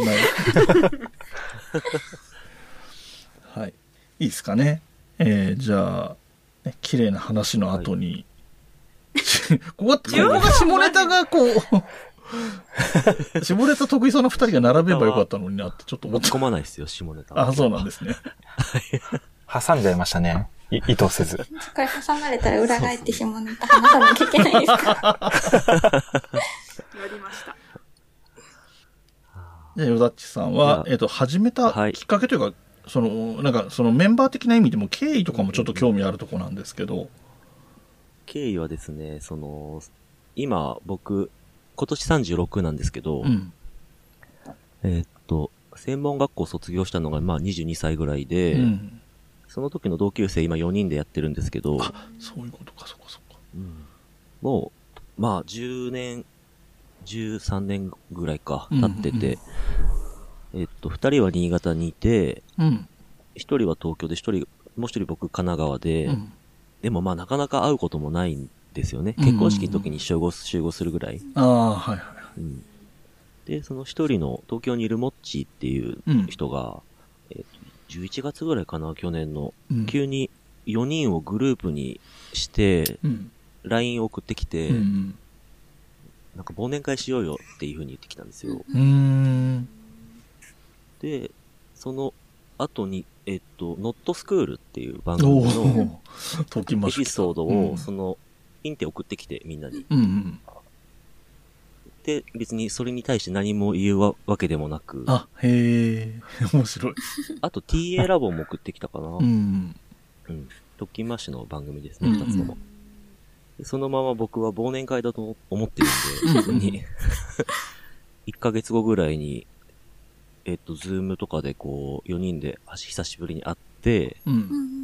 はい。いいですかね。えー、じゃあ、ね、綺麗な話の後に、はい、ここ、ここが下ネタがこう、下ネタ得意そうな二人が並べばよかったのになってちょっと思って。 突っ込まないですよ、下ネタ。 あ、そうなんですね。 挟んじゃいましたね。い意図せず。 これ挟まれたら裏返って下ネタ話さなきゃいけないですか？ やりました。 じゃあ、ヨダッチさんは、えっと、始めたきっかけというか、はい、その、なんか、そのメンバー的な意味でも経緯とかもちょっと興味あるところなんですけど。 経緯はですね、その、今、僕、今年さんじゅうろくなんですけど、うん、えー、っと、専門学校卒業したのが、まあにじゅうにさいぐらいで、うん、その時の同級生今よにんでやってるんですけど、 あ、そういうことか、そっかそっか。 うん、もう、まあじゅうねん、じゅうさんねんぐらいか、経ってて、うんうん、えっと、二人は新潟にいて、一、うん、人は東京で、一人、もう一人僕神奈川で、うん、でもまあなかなか会うこともないんですよね。結婚式の時に集合、集合するぐらい。 ああ、はいはい。 うん、で、その一人の東京にいるモッチーっていう人が、うん、えー、じゅういちがつぐらいかな、去年の、うん、急によにんをグループにして、うん、ライン を送ってきて、うんうん、なんか忘年会しようよっていう風に言ってきたんですよ。 うーんで、その後に、えっと、ノットスクールっていう番組のエピソードを、その、インテ送ってきて、みんなに。 うんうん、 で、別にそれに対して何も言うわけでもなく。 あ、へー、面白い。 あと ティーエー ラボも送ってきたかな。 うん。 うん。トッキンマッシュの番組ですね、二、うんうん、つとも。でそのまま僕は忘年会だと思ってるんで、普通に。いっかげつごぐらいに、えっと、ズームとかでこう、よにんで久しぶりに会って、うん、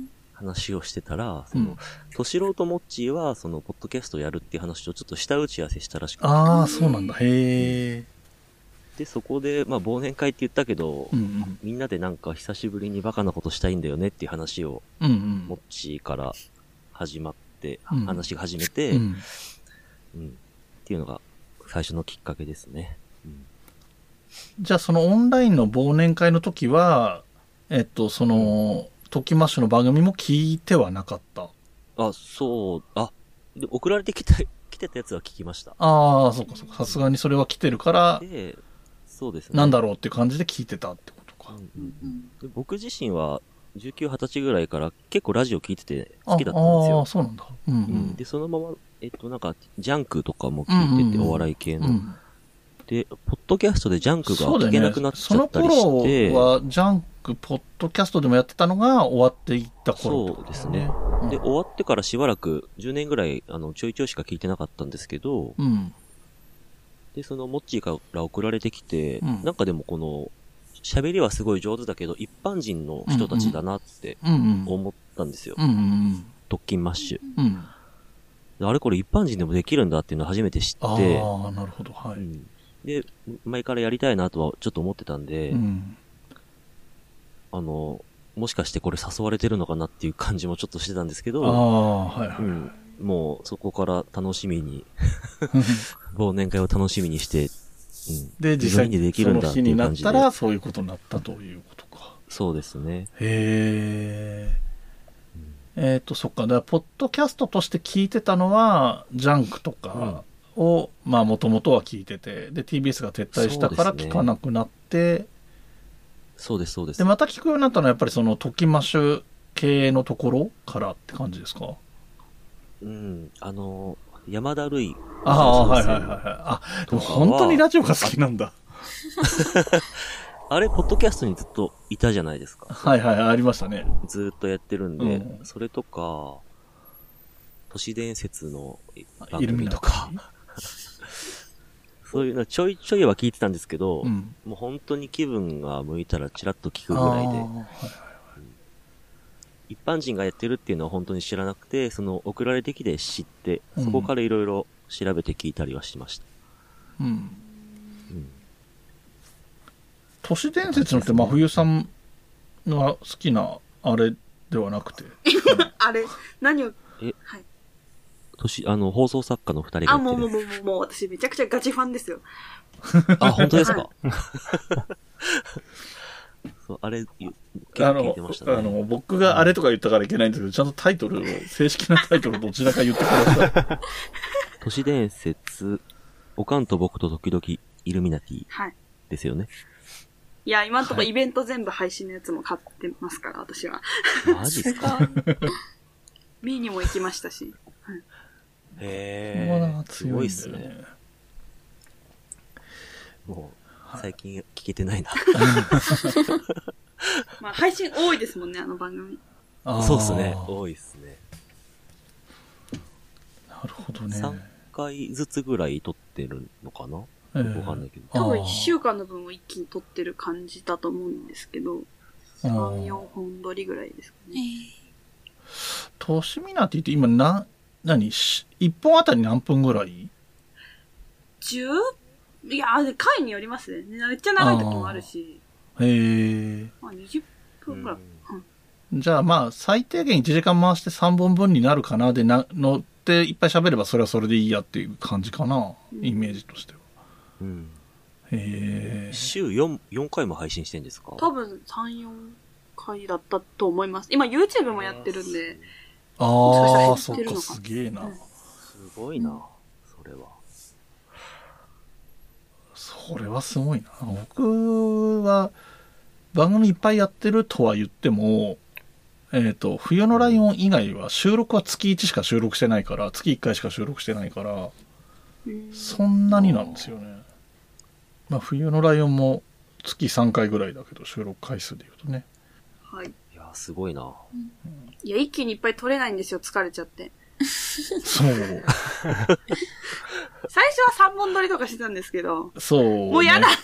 話をしてたら、その、トシロウとモッチーは、その、ポッドキャストやるっていう話をちょっと下打ち合わせしたらしくて。 ああ、そうなんだ。へえ。 で、そこで、まあ、忘年会って言ったけど、うんうん、みんなでなんか久しぶりにバカなことしたいんだよねっていう話を、うんうん、モッチーから始まって、うん、話が始めて、うんうん、っていうのが最初のきっかけですね。うん、 じゃあ、そのオンラインの忘年会の時は、えっと、その、トキマッシュの番組も聞いてはなかった。 あ、そう、あ、で送られてきた、来てたやつは聞きました。 ああ、そうかそうか。さすがにそれは来てるから、 で、そうですね。 なんだろうって感じで聞いてたってことか。 うんうんうん、で僕自身は、じゅうきゅう、はたちぐらいから結構ラジオ聞いてて好きだったんですよ。 ああ、そうなんだ。うんうんうん、 で、そのまま、えっと、なんか、ジャンクとかも聞いてて、うんうんうん、お笑い系の。うんで、ポッドキャストでジャンクが聞けなくなっちゃったりして。 そ、ね、その頃は、ジャンク、ポッドキャストでもやってたのが終わっていった頃、 ね。そうですね、うん。で、終わってからしばらく、じゅうねんぐらい、あの、ちょいちょいしか聞いてなかったんですけど、 うん、 で、その、モッチーから送られてきて、うん、なんかでもこの、喋りはすごい上手だけど、一般人の人たちだなって思ったんですよ。 うんうん、 特勤マッシュ。 うんあれこれ一般人でもできるんだっていうのを初めて知って。ああ、なるほど。はい。うんで、前からやりたいなとはちょっと思ってたんで、 うん、 あの、もしかしてこれ誘われてるのかなっていう感じもちょっとしてたんですけど、 あはいはい、 うん、もうそこから楽しみに、忘年会を楽しみにして、うん、 で、実際にできるんだっていう感じで。その日になったらそういうことになったということか。 そうですね。 へー。うん、えっと、そっか。だから、ポッドキャストとして聞いてたのは、ジャンクとか、うんを、まあ、もともとは聞いてて、で、ティービーエス が撤退したから聞かなくなって、 そうです、そうです。 で、また聞くようになったのは、やっぱりその、トキマッシュ系のところからって感じですか？ うん、あの、山田るい。 ああ、はいはいはいはい。あ、でも本当にラジオが好きなんだ。 あれ、ポッドキャストにずっといたじゃないですか。 はいはい、ありましたね。 ずっとやってるんで、うん、それとか、都市伝説の番組とか、そういうのちょいちょいは聞いてたんですけど、うん、もう本当に気分が向いたらチラッと聞くぐらいで、はいはいはい、一般人がやってるっていうのは本当に知らなくて、その送られてきて知って、そこからいろいろ調べて聞いたりはしました。 うん。うん、都市伝説のって真冬さんが好きなあれではなくて。 あれ何をえ、はい。年、あの、放送作家の二人がやってる。 あ、もうもうもうもう、私めちゃくちゃガチファンですよ。 あ、本当ですか、はい、そう、あれ、結構聞いてましたね。 あの、あの僕があれとか言ったからいけないんですけど、ちゃんとタイトルを、正式なタイトルどちらか言ってください。 都市伝説、おかんと僕と時々イルミナティですよね。はい、 いや、今んとこイベント全部配信のやつも買ってますから、私は。 マジですか？ 見にも行きましたし。 へー、すごいっすね。もう、 最近聞けてないな。 まあ配信多いですもんね、あの番組。 そうですね。多いですね。 なるほどね。 さんかいずつぐらい撮ってるのかな、えー、わかんないけど。 多分いっしゅうかんの分を一気に撮ってる感じだと思うんですけど、さん、よんほん撮りぐらいですかね。 としみなって言って今な、何いっぽんあたり何分ぐらい ? じゅう? いや、回によりますね。めっちゃ長い時もあるし。 へえ。 まあにじゅっぷんぐらい。 うん、じゃあまあ最低限いちじかん回してさんぼんぶんになるかなでな、乗っていっぱい喋ればそれはそれでいいやっていう感じかな。うん、イメージとしては。うん。へえ。 週よん、よんかいも配信してんですか？ 多分さん、よんかいだったと思います。今 YouTube もやってるんで。 ああ、そっか、すげえな、うん。 すごいな、うん、それは。 それはすごいな。僕は、番組いっぱいやってるとは言っても、えっ、ー、と、冬のライオン以外は収録は月いちしか収録してないから、月いっかいしか収録してないから、そんなになんですよね。まあ、冬のライオンも月さんかいぐらいだけど、収録回数で言うとね。 はい。 いや、すごいな。うん、 いや、一気にいっぱい撮れないんですよ、疲れちゃって。 そう。 最初はさんぼん撮りとかしてたんですけど。 そう、ね。 もうやだ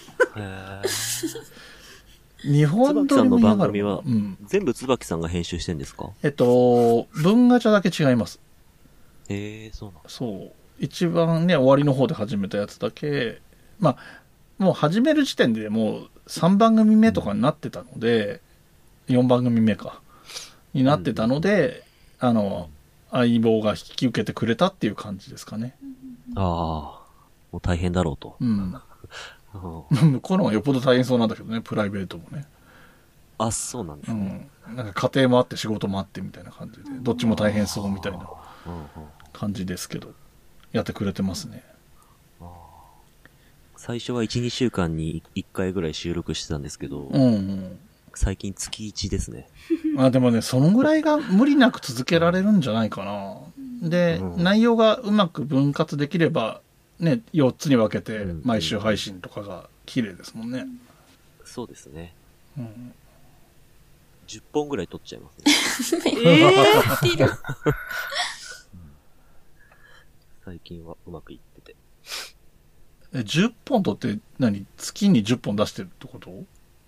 日本撮りもの番組は、うん、全部椿さんが編集してんですか？ えっと、文ガチャだけ違います。 へえー、そうなんだ。 そう。一番ね、終わりの方で始めたやつだけ、まあ、もう始める時点でもうさんばん組目とかになってたので、うん、よんばん組目か。になってたので、うん、あの、相棒が引き受けてくれたっていう感じですかね。 ああ、もう大変だろうと。 うん。向こうのはよっぽど大変そうなんだけどね、プライベートもね。 あ、そうなんですね。 うん。なんか家庭もあって仕事もあってみたいな感じで、どっちも大変そうみたいな感じですけど、やってくれてますね。 最初はいち、にしゅうかんにいっかいぐらい収録してたんですけど、 うんうん、 最近月いちですね。 あ、でもね、そのぐらいが無理なく続けられるんじゃないかな。で、うん、内容がうまく分割できれば、ね、よっつに分けて毎週配信とかが綺麗ですもんね。うん、 そうですね。 うん、 じゅっぽんぐらい撮っちゃいますね。 えぇ、ー、 最近はうまくいってて。 え、じゅっぽん撮って何？月にじゅっぽん出してるってこと？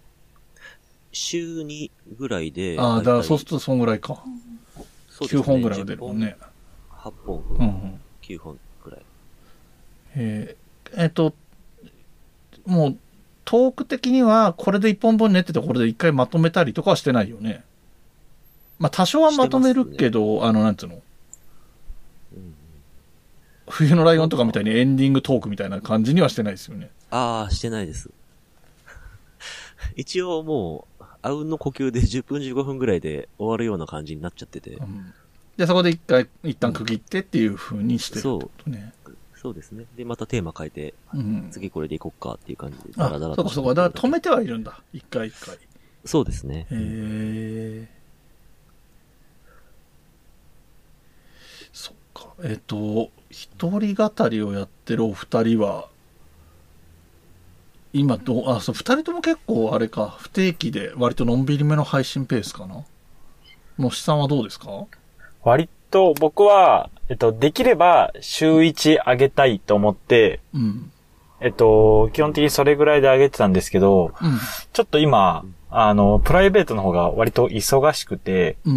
週にぐらいで。 ああ、だからそうするとそんぐらいか。そうですね、きゅうほんぐらいは出るもんね。 はっぽん、 うんうん、 きゅうほんぐらい。 えー、えっと、もう、トーク的には、これでいっぽんぶん練ってて、これでいっかいまとめたりとかはしてないよね。まあ、多少はまとめるけど、ね、あの、なんつうの、うん、冬のライオンとかみたいにエンディングトークみたいな感じにはしてないですよね。 ああ、してないです。一応もう、あうんの呼吸でじゅっぷんじゅうごふんぐらいで終わるような感じになっちゃってて。うん、 で、そこで一回、一旦区切ってっていう風にしてるってことね。 そう。そうですね。で、またテーマ変えて、うん、次これでいこっかっていう感じで、 ダラダラと。あ、そうかそうか。だから止めてはいるんだ。一回一回。 そうですね。 へー。そっか。えっと、一人語りをやってるお二人は、今どう、あ、そう、二人とも結構あれか、不定期で割とのんびりめの配信ペースかな。のしさんはどうですか？ 割と僕は、えっと、できれば週いち上げたいと思って、 うん、 えっと、基本的にそれぐらいで上げてたんですけど、 うん、 ちょっと今、あの、プライベートの方が割と忙しくて、 うんうん、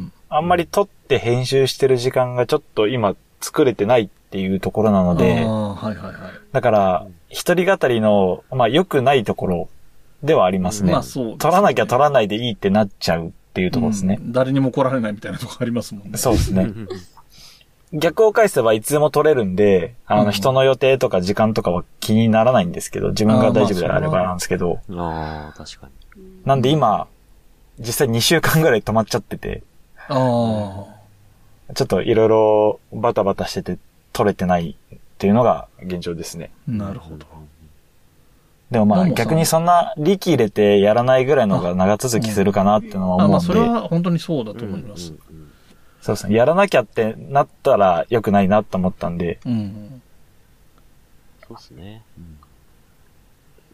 あんまり撮って編集してる時間がちょっと今作れてないっていうところなので、 あ、はいはいはい、 だから、一人語りの、まあ良くないところではありますね。 まあそうですね。 撮らなきゃ撮らないでいいってなっちゃうっていうところですね。 うん、誰にも来られないみたいなとこありますもんね。 そうですね。逆を返せばいつでも撮れるんで、あの、うん、人の予定とか時間とかは気にならないんですけど、自分が大丈夫であればなんですけど。 ああ、確かに。 なんで今、実際にしゅうかんぐらい止まっちゃってて。 ああ。 ちょっといろいろバタバタしてて撮れてないっていうのが現状ですね。 なるほど。 でもまあ逆にそんな力入れてやらないぐらいのが長続きするかなっていうのは思うんで。 あ、まあそれは本当にそうだと思います。 うんうんうん、 そうですね。やらなきゃってなったら良くないなと思ったんで。 うんうん、 そうですね。うん、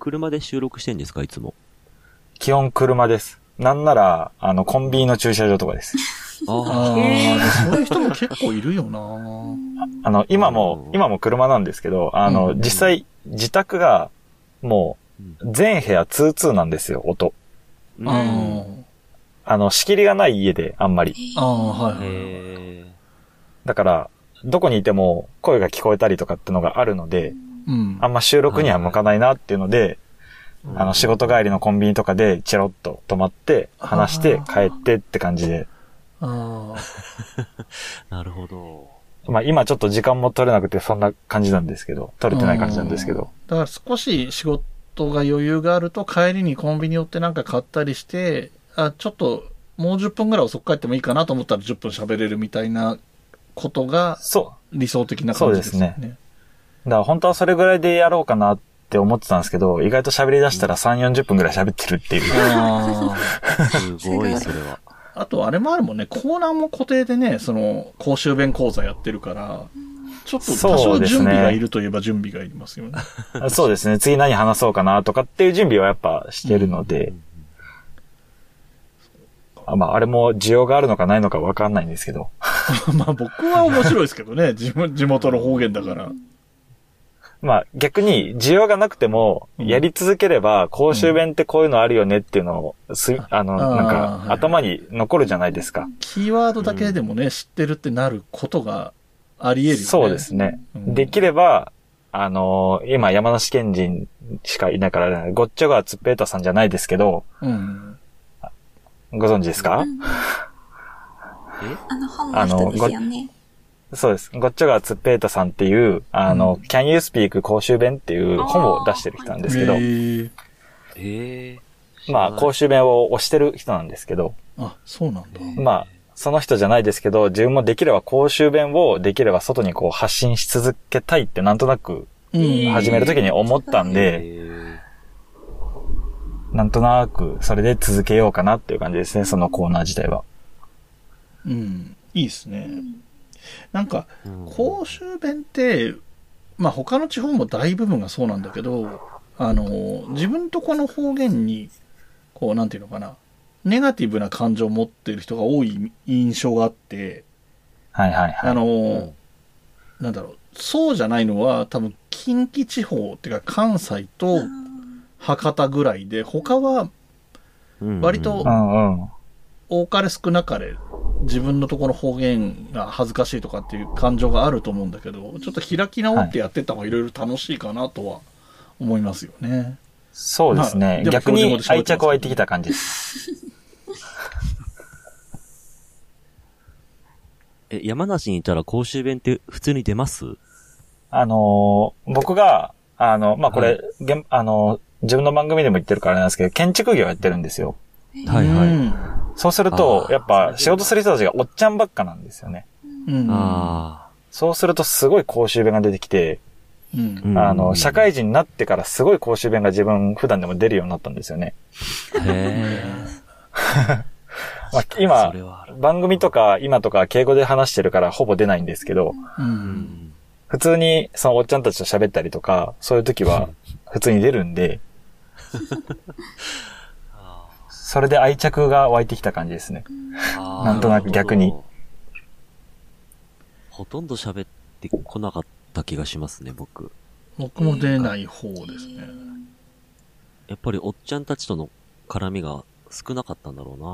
車で収録してんですか、いつも。 基本車です。なんなら、あの、コンビニの駐車場とかです。 ああ、そういう人も結構いるよな。 あの、今も、今も車なんですけど、あの、うん、実際、自宅が、もう、全部屋ツーツーなんですよ、音。うん、あの、仕切りがない家で、あんまり。 ああ、はい。 だから、どこにいても声が聞こえたりとかってのがあるので、うん、あんま収録には向かないなっていうので、あの、仕事帰りのコンビニとかでチロッと止まって、話して帰ってって感じで。 ああ。なるほど。 まあ今ちょっと時間も取れなくてそんな感じなんですけど、取れてない感じなんですけど。 だから少し仕事が余裕があると帰りにコンビニ寄ってなんか買ったりして、あ、ちょっともうじゅっぷんぐらい遅く帰ってもいいかなと思ったらじゅっぷん喋れるみたいなことが、理想的な感じですね。そうですね。 だから本当はそれぐらいでやろうかなって思ってたんですけど、意外と喋り出したらさんじゅう、よんじゅっぷんぐらい喋ってるっていう。 あすごい、それは。 あと、あれもあるもんね、コーナーも固定でね、その、公衆弁講座やってるから、ちょっと多少準備がいるといえば準備がいりますよね。 そうですね。次何話そうかなとかっていう準備はやっぱしてるので、うん、あまあ、あれも需要があるのかないのかわかんないんですけど。 まあ僕は面白いですけどね、地元の方言だから。 まあ逆に需要がなくてもやり続ければ公衆弁ってこういうのあるよねっていうのをす、うん、あの、なんか頭に残るじゃないですか。 キーワードだけでもね、うん、知ってるってなることがあり得るよね。 そうですね。うん、できれば、あのー、今山梨県人しかいないから、ね、ごっちょがつっぺーたさんじゃないですけど、うん、ご存知ですか？うん、 えあの本の人ですよね。 そうです。ごっちょがつっぺーたさんっていう、あの、うん、Can You Speak 公衆弁っていう本を出してる人なんですけど、へえ。まあ、公衆弁を推してる人なんですけど、 あ、そうなんだ。 まあ、その人じゃないですけど、自分もできれば公衆弁をできれば外にこう発信し続けたいってなんとなく、始めるときに思ったんで、なんとなくそれで続けようかなっていう感じですね、そのコーナー自体は。 うん、いいですね。なんか、公衆弁って、まあ他の地方も大部分がそうなんだけど、あの、自分とこの方言に、こう、なんていうのかな、ネガティブな感情を持っている人が多い印象があって、 はいはいはい。 あの、うん、なんだろう、そうじゃないのは多分近畿地方っていうか関西と博多ぐらいで、他は割と多かれ少なかれ自分のところの方言が恥ずかしいとかっていう感情があると思うんだけど、ちょっと開き直ってやってった方がいろいろ楽しいかなとは思いますよね。 そうですね。まあ、逆に愛着湧いてきた感じです。 え、山梨にいたら公衆弁って普通に出ます？ あのー、僕が、あの、まあ、これ、はい、あの、自分の番組でも言ってるからなんですけど、建築業やってるんですよ。 はいはい。 そうすると、やっぱ仕事する人たちがおっちゃんばっかなんですよね。うん、あそうするとすごい公衆弁が出てきて、うん、あの、社会人になってからすごい公衆弁が自分普段でも出るようになったんですよね。へー。まあ、今、番組とか今とか敬語で話してるからほぼ出ないんですけど、うん、普通にそのおっちゃんたちと喋ったりとか、そういう時は普通に出るんで、それで愛着が湧いてきた感じですね。なんとなく逆に。 ほとんど喋ってこなかった気がしますね、僕。 僕も出ない方ですね。 やっぱりおっちゃんたちとの絡みが少なかったんだろうな。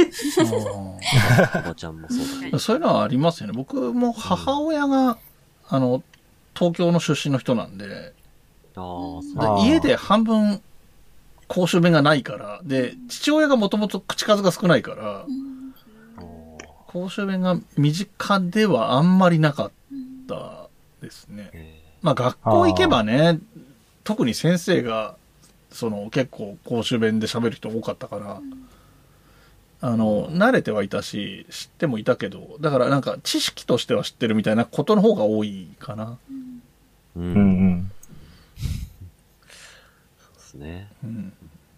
おばちゃんもそうだけど。 そういうのはありますよね。僕も母親が、うん、あの、東京の出身の人なんで、あで家で半分公衆弁がないから、で、父親がもともと口数が少ないから、うん、公衆弁が身近ではあんまりなかったですね。まあ学校行けばね、特に先生が、その結構公衆弁で喋る人多かったから、あの、慣れてはいたし、知ってもいたけど、だからなんか知識としては知ってるみたいなことの方が多いかな。うん。うんうん。 そうですね。うん。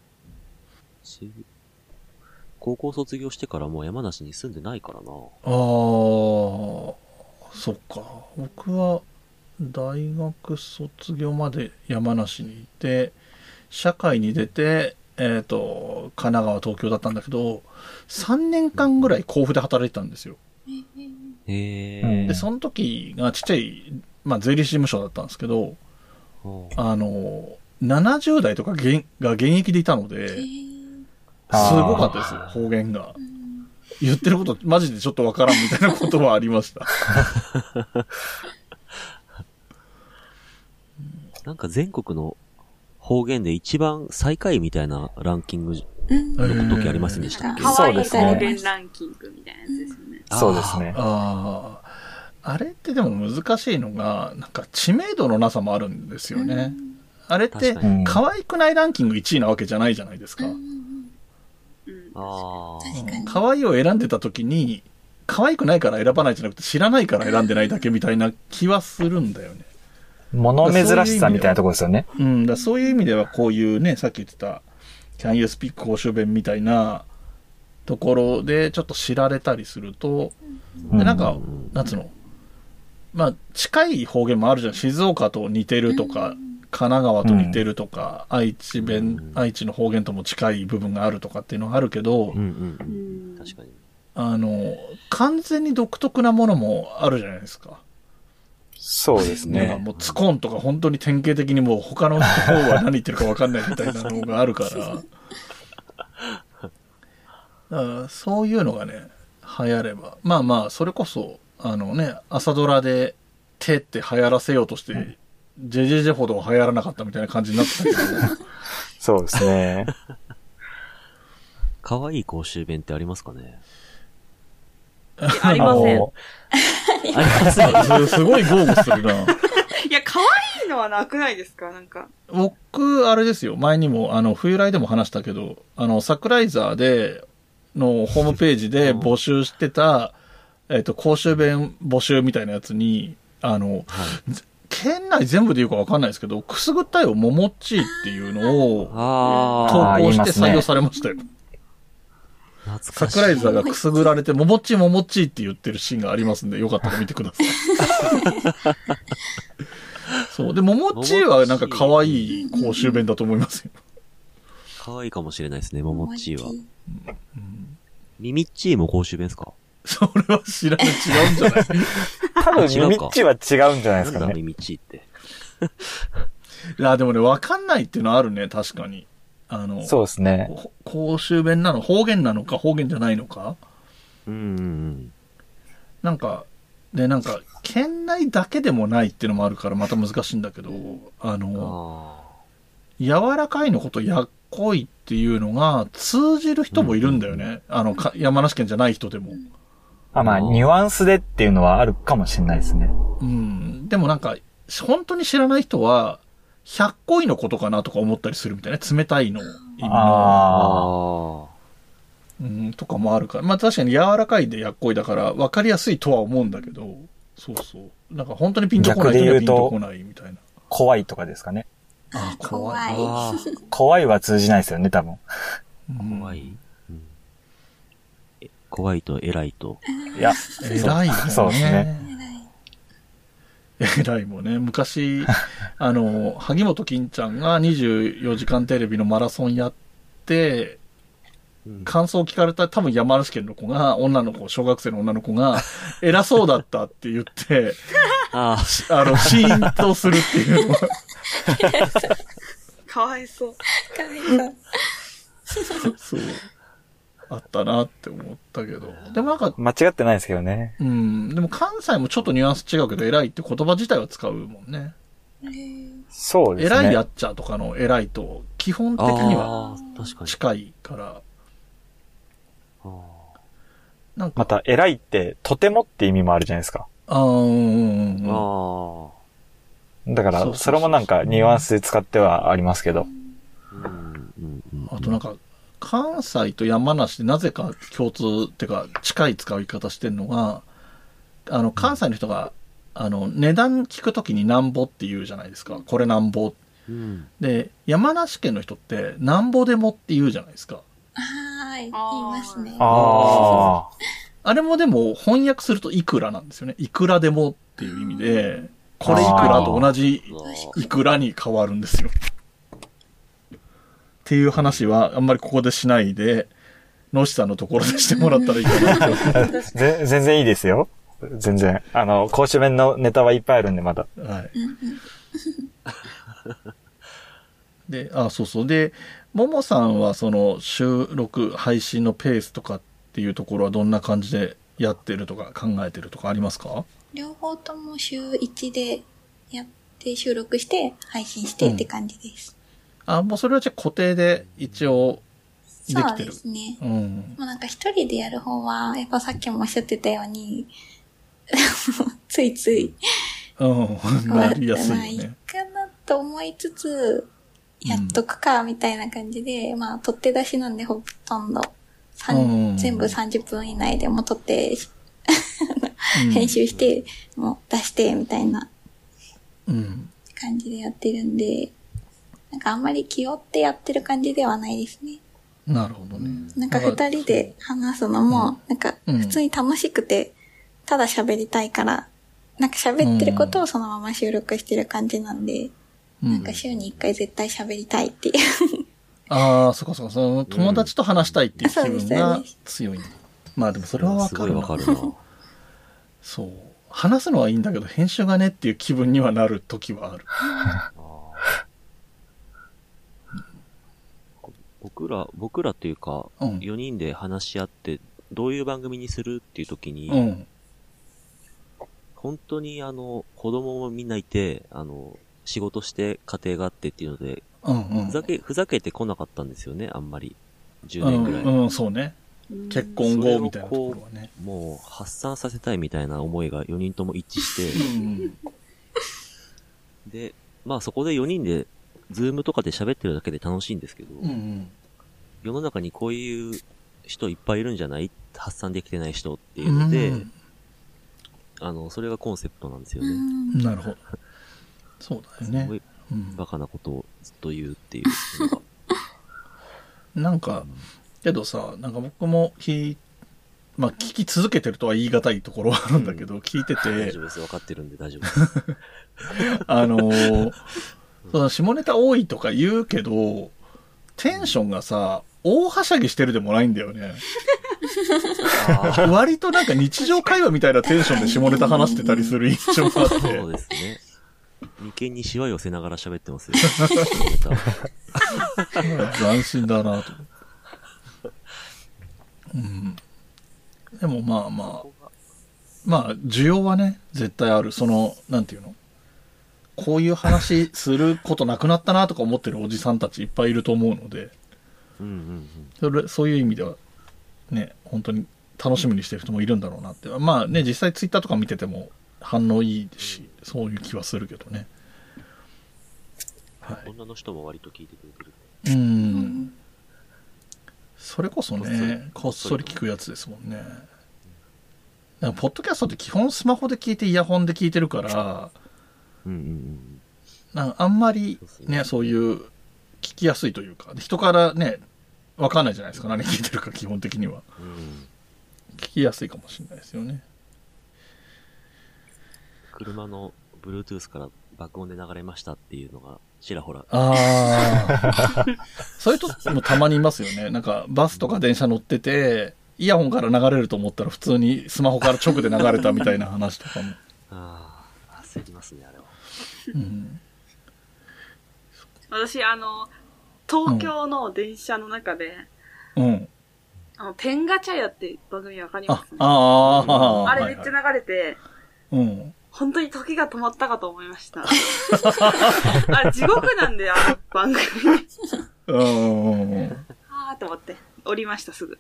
高校卒業してからもう山梨に住んでないからな。ああ、 そっか。僕は大学卒業まで山梨にいて、 社会に出て、えっと、神奈川、東京だったんだけど、さんねんかんぐらい甲府で働いてたんですよ。 へー。 で、その時がちっちゃい、まあ、税理士事務所だったんですけど、あの、ななじゅう代とか現が現役でいたので、すごかったですよ、方言が。言ってることマジでちょっとわからんみたいなことはありました。 なんか全国の方言で一番最下位みたいなランキングの時ありませんでしたっけ？ ハワイ方言ランキングみたいなやつですよね。 そうですね。 ああ。あれってでも難しいのが、なんか知名度のなさもあるんですよね。あれって、可愛くないランキングいちいなわけじゃないじゃないですか。 ああ。可愛いを選んでた時に、可愛くないから選ばないじゃなくて知らないから選んでないだけみたいな気はするんだよね。 物珍しさみたいなところですよね。 うん、だそういう意味ではこういうね、さっき言ってた、Can you speak 公衆弁みたいなところでちょっと知られたりすると、 うん、 でなんか、なんつうの、まあ、近い方言もあるじゃん。静岡と似てるとか、神奈川と似てるとか、うん、愛知弁、愛知の方言とも近い部分があるとかっていうのがあるけど、 うんうんうん、確かに。 あの、完全に独特なものもあるじゃないですか。 そうですね。 なんかもうツコンとか本当に典型的にもう他の方は何言ってるか分かんないみたいなのがあるから。だからそういうのがね、流行れば。まあまあ、それこそ、あのね、朝ドラで手って流行らせようとして、うん、ジェジェジェほど流行らなかったみたいな感じになってたけど。 そうですね。 可愛い公衆弁ってありますかね？ ありません。 すごい豪語するな。 いや、可愛いのはなくないですか？なんか。 僕、あれですよ。前にも、あの、冬来でも話したけど、あの、サクライザーで、のホームページで募集してた、えっと、公衆弁募集みたいなやつに、あの、はい、県内全部で言うか分かんないですけど、くすぐったいをももっちーっていうのを投稿して採用されましたよ。サクライザーがくすぐられて、ももっちーももっちーって言ってるシーンがありますんで、よかったら見てください。そう。で、ももっちーはなんか可愛い公衆弁だと思いますよ。 可愛いかもしれないですね、ももっちーは。みみっちーも公衆弁ですか？ それは知らない。違うんじゃない？ 多分、みみっちは違うんじゃないですかね。 なんだ、みみっちって。 いや、でもね、わかんないっていうのはあるね、確かに。あの、 そうですね。 公衆弁なの、方言なのか、方言じゃないのか。 うんうんうん。 なんか、で、なんか、県内だけでもないっていうのもあるからまた難しいんだけど、あの、あ柔らかいのことやっこいっていうのが通じる人もいるんだよね。うんうん、あのか、山梨県じゃない人でも。 あ、まあ、ニュアンスでっていうのはあるかもしれないですね。 うん。でもなんか、本当に知らない人は、百恋のことかなとか思ったりするみたいな。冷たいの意味の。あうん、とかもあるから。まあ確かに柔らかいで百恋だから分かりやすいとは思うんだけど、そうそう。なんか本当にピンとこない人にはピンとこないみたいな。 怖いとかですかね。 ああ、怖い。 怖い。 怖いは通じないですよね、多分。 怖い、うん、怖いと偉いと。 いや、 偉いよね。 そうですね。 偉いもね。昔、あの、萩本欽ちゃんがにじゅうよじかんテレビのマラソンやって、感想を聞かれた多分山梨県の子が、女の子、小学生の女の子が、偉そうだったって言って、ああの、シーンとするっていうのは。 かわいそう。 かわいそう。そう。あったなって思ったけど。でもなんか。 間違ってないですけどね。 うん。でも関西もちょっとニュアンス違うけど、偉いって言葉自体は使うもんね。 そうですね。 偉いやっちゃとかの偉いと、基本的には近いから。 なんかまた、偉いって、とてもって意味もあるじゃないですか。 ああ、うんうんうん。ああ。だから、それもなんか、ニュアンスで使ってはありますけど。 あとなんか、関西と山梨でなぜか共通っていうか、近い使い方してるのが、あの、関西の人が、あの、値段聞くときになんぼって言うじゃないですか。これなんぼ。うん、で、山梨県の人って、なんぼでもって言うじゃないですか。 はい、言いますね。 ああ。あれもでも翻訳するといくらなんですよね。いくらでもっていう意味で、これいくらと同じいくらに変わるんですよ。 っていう話はあんまりここでしないで、野志さんのところでしてもらったらいいかなと。 全然いいですよ。全然。あの、公衆弁のネタはいっぱいあるんで、まだ。 はい。で、あ、そうそう。で、ももさんはその収録、配信のペースとかっていうところはどんな感じでやってるとか考えてるとかありますか？ 両方とも週いちでやって収録して配信してって感じです。 うん、あ、もうそれはじゃあ固定で一応できてる。 そうですね。 うん。 もうなんか一人でやる方は、やっぱさっきもおっしゃってたように、ついつい、 うん、なりやすいよね。 まあいいかなと思いつつ、やっとくか、みたいな感じで、うん、まあ、取って出しなんでほとんど、うん、全部さんじゅっぷん以内でも撮って、うん、編集して、もう出して、みたいな感じでやってるんで、なんかあんまり気負ってやってる感じではないですね。 なるほどね。 なんか二人で話すのも、なんか普通に楽しくて、ただ喋りたいから、なんか喋ってることをそのまま収録してる感じなんで、うん、なんか週に一回絶対喋りたいっていう。 ああ、そこそこ、その友達と話したいっていう気分が強い、うん。まあでもそれはわかるな。すごいわかるな。そう。話すのはいいんだけど、編集がねっていう気分にはなる時はある。 僕ら、僕らっていうか、うん、よにんで話し合って、どういう番組にするっていう時に、うん、本当にあの、子供もみんないて、あの、仕事して家庭があってっていうので、うんうん、ふざけ、ふざけてこなかったんですよね、あんまり。じゅうねんくらい。 うん、うん、そうね。結婚後みたいなところはね。 もう発散させたいみたいな思いがよにんとも一致して、うん、で、まあそこでよにんで、ズームとかで喋ってるだけで楽しいんですけど、うんうん、世の中にこういう人いっぱいいるんじゃない？発散できてない人っていうので、うん、あの、それがコンセプトなんですよね。 なるほど。そうだよね。 すごいバカなことをずっと言うっていうのが。 なんか、けどさ、なんか僕も聞、まあ聞き続けてるとは言い難いところはあるんだけど、うん、聞いてて。 大丈夫です。分かってるんで大丈夫です。 あのー、その下ネタ多いとか言うけど、テンションがさ、大はしゃぎしてるでもないんだよね。割となんか日常会話みたいなテンションで下ネタ話してたりする印象があって。 そうですね。眉間にシワ寄せながら喋ってますよ。 斬新だなと。うん。でもまあまあ、まあ需要はね、絶対ある。その、なんていうの？こういう話することなくなったなとか思ってるおじさんたちいっぱいいると思うので、うんうんうん、それそういう意味ではね、本当に楽しみにしてる人もいるんだろうなって。まあね、実際ツイッターとか見てても反応いいし、そういう気はするけどね。 はい、女の人も割と聞いてくれてる。 うん。それこそね、こっそり聞くやつですもんね。なんかポッドキャストって基本スマホで聞いてイヤホンで聞いてるから、うんうんうん、なんかあんまりね、ね、そういう聞きやすいというか、人からね、わかんないじゃないですか、何聞いてるか基本的には。うん、聞きやすいかもしれないですよね。 車の Bluetooth から爆音で流れましたっていうのがちらほら。 ああ。そういう人もたまにいますよね。なんかバスとか電車乗ってて、イヤホンから流れると思ったら普通にスマホから直で流れたみたいな話とかも。 ああ、焦りますね、あれは。 うん、私、あの、東京の電車の中で、うん。あの、ペンガチャヤって番組わかります、ね、 ああ、 あれめっちゃ流れて、はいはい、うん。本当に時が止まったかと思いました。あれ地獄なんで、あの番組。うん。あーと思って、降りました、すぐ。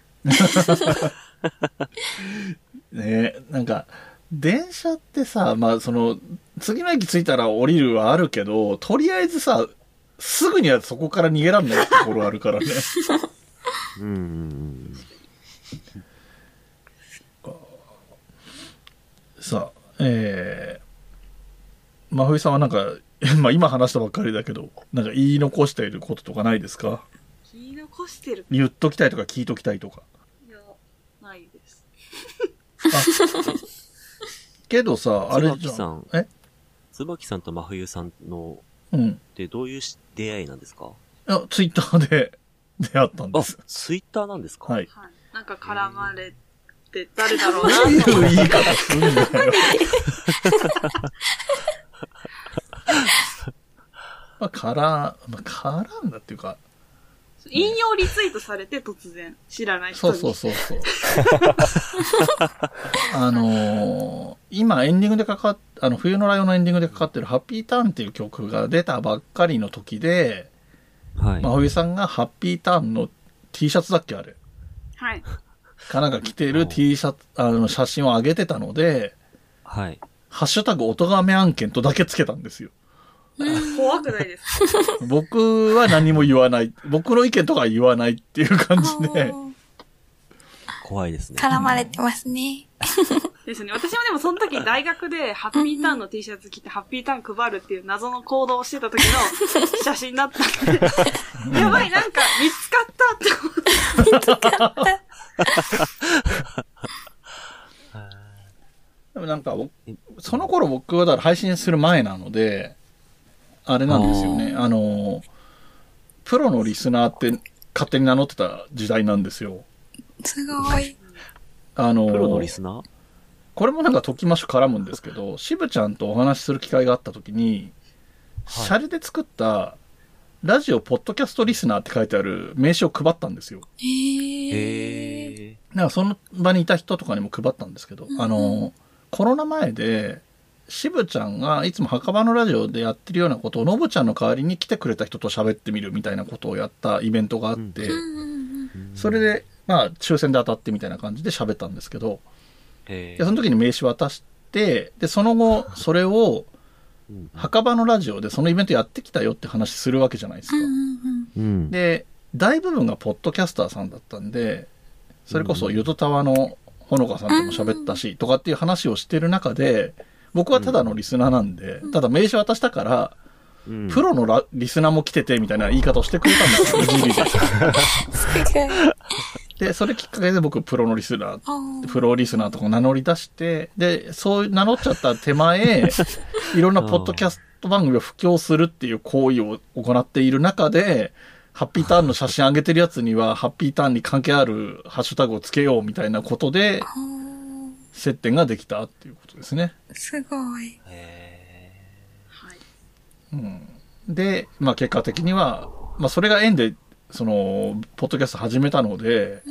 ねえ、なんか、電車ってさ、まあその、次の駅着いたら降りるはあるけど、とりあえずさ、すぐにはそこから逃げらんないところあるからね。うん。さあ、えー、真冬さんはなんか、まあ今話したばっかりだけど、なんか言い残していることとかないですか？ 言い残してる言っときたいとか聞いときたいとか。 いや、ないです。 あけどさ、あれじゃん。 椿さん。え？椿さんと真冬さんの、うん。ってどういう出会いなんですか？ いや、ツイッターで出会ったんです。 あ、ツイッターなんですか？ はい。 はい、なんか絡まれて、誰だろうなと。どういう言い方するんだよ。まあ、絡、まあ、絡んだっていうか、 引用リツイートされて突然、知らない人に。 そうそうそうそう。あのー、今エンディングでかかっ、あの、冬のライオンのエンディングでかかってるハッピーターンっていう曲が出たばっかりの時で、はい。まほゆさんがハッピーターンの T シャツだっけあれ。 はい。 かなんか着てる T シャツ、あの、写真を上げてたので、 はい。 ハッシュタグ音亀案件とだけつけたんですよ。 怖くないですか？ 僕は何も言わない。僕の意見とかは言わないっていう感じで。 怖いですね。 絡まれてますね。 ですね。私もでもその時大学でハッピーターンの T シャツ着てハッピーターン配るっていう謎の行動をしてた時の写真だったんで、やばい、なんか見つかったって思って。見つかった。 でもなんか、その頃僕はだから配信する前なので、あれなんですよね。あ, あの、プロのリスナーって勝手に名乗ってた時代なんですよ。 すごい。 あの、プロのリスナー？ これもなんかトキマッシュ絡むんですけど、渋ちゃんとお話しする機会があった時に、はい、シャレで作ったラジオポッドキャストリスナーって書いてある名刺を配ったんですよ。 へー。 なんかその場にいた人とかにも配ったんですけど、うん、あの、コロナ前で、渋ちゃんがいつも墓場のラジオでやってるようなことをのぶちゃんの代わりに来てくれた人と喋ってみるみたいなことをやったイベントがあって、うん、それでまあ抽選で当たってみたいな感じで喋ったんですけど、でその時に名刺渡して、でその後それを墓場のラジオでそのイベントやってきたよって話するわけじゃないですか、うん、で大部分がポッドキャスターさんだったんで、それこそゆとたわのほのかさんとも喋ったしとかっていう話をしてる中で、僕はただのリスナーなんで、うん、ただ名刺渡したから、うん、プロのラリスナーも来ててみたいな言い方をしてくれたんですよ、ジリで。で、それきっかけで僕プロのリスナー、プロリスナーとか名乗り出して、で、そう名乗っちゃった手前、いろんなポッドキャスト番組を布教するっていう行為を行っている中で、ハッピーターンの写真上げてるやつには、ハッピーターンに関係あるハッシュタグをつけようみたいなことで、接点ができたっていうことですね。 すごい。 へー、うん。で、まあ結果的には、まあそれが縁で、その、ポッドキャスト始めたので、うん、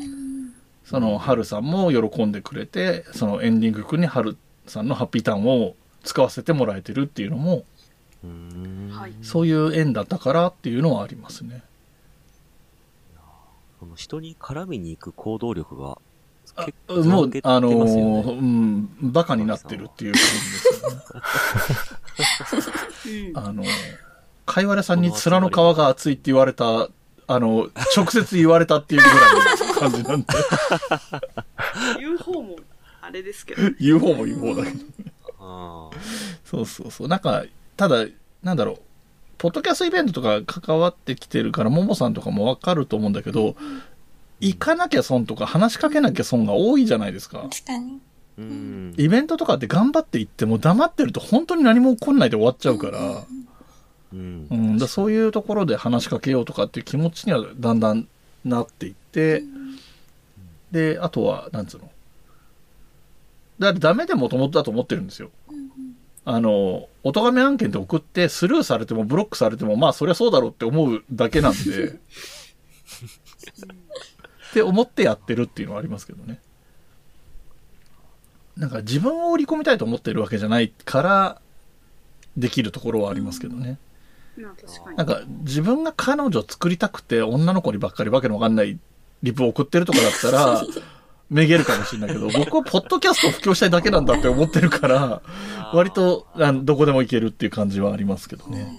その、ハルさんも喜んでくれて、そのエンディング曲にハルさんのハッピーターンを使わせてもらえてるっていうのも、 うーん、 そういう縁だったからっていうのはありますね。 この人に絡みに行く行動力が、 結構もう、あのー、うん、バカになってるっていう感じですよね。あの、かいわれさんに面の皮が厚いって言われた、あの、直接言われたっていうぐらいの感じなんで。 言う方も、あれですけど。 言う方も言う方だけど。あそうそうそう。なんか、ただ、なんだろう。ポッドキャストイベントとか関わってきてるから、ももさんとかもわかると思うんだけど、行かなきゃ損とか話しかけなきゃ損が多いじゃないですか。 確かに。 うん、 イベントとかって頑張って行っても黙ってると本当に何も起こんないで終わっちゃうから、うんうん、だそういうところで話しかけようとかっていう気持ちにはだんだんなっていって、うん、で、あとは、なんつうの。だってダメでもともとだと思ってるんですよ。うん、あの、おとがめ案件って送ってスルーされてもブロックされても、まあそりゃそうだろうって思うだけなんで、って思ってやってるっていうのはありますけどね。なんか自分を売り込みたいと思ってるわけじゃないからできるところはありますけどね。 うん、確かに。 なんか自分が彼女作りたくて女の子にばっかりわけのわかんないリプを送ってるとかだったらめげるかもしれないけど、僕はポッドキャストを布教したいだけなんだって思ってるから割とどこでもいけるっていう感じはありますけどね。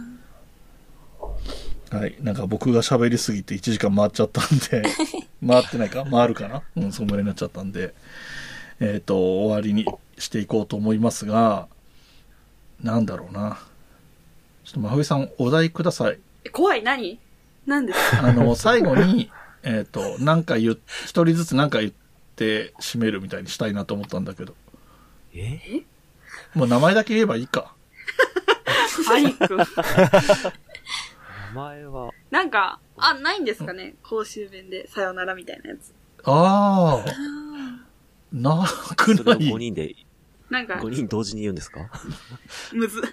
はい。なんか僕が喋りすぎていちじかん回っちゃったんで、回ってないか回るかなうん、そんぐらいになっちゃったんで、えっと、終わりにしていこうと思いますが、なんだろうな。ちょっと、まふいさん、お題ください。 え、怖い、何何ですか？ あの、最後に、えっと、なんか言う、一人ずつなんか言って締めるみたいにしたいなと思ったんだけど。 えもう名前だけ言えばいいか。 パニック。 前は。 なんか、あ、ないんですかね、公衆弁でさよならみたいなやつ。 ああ。なくそれをない。 ごにんで、 なんか、 ごにん同時に言うんですか？ むず。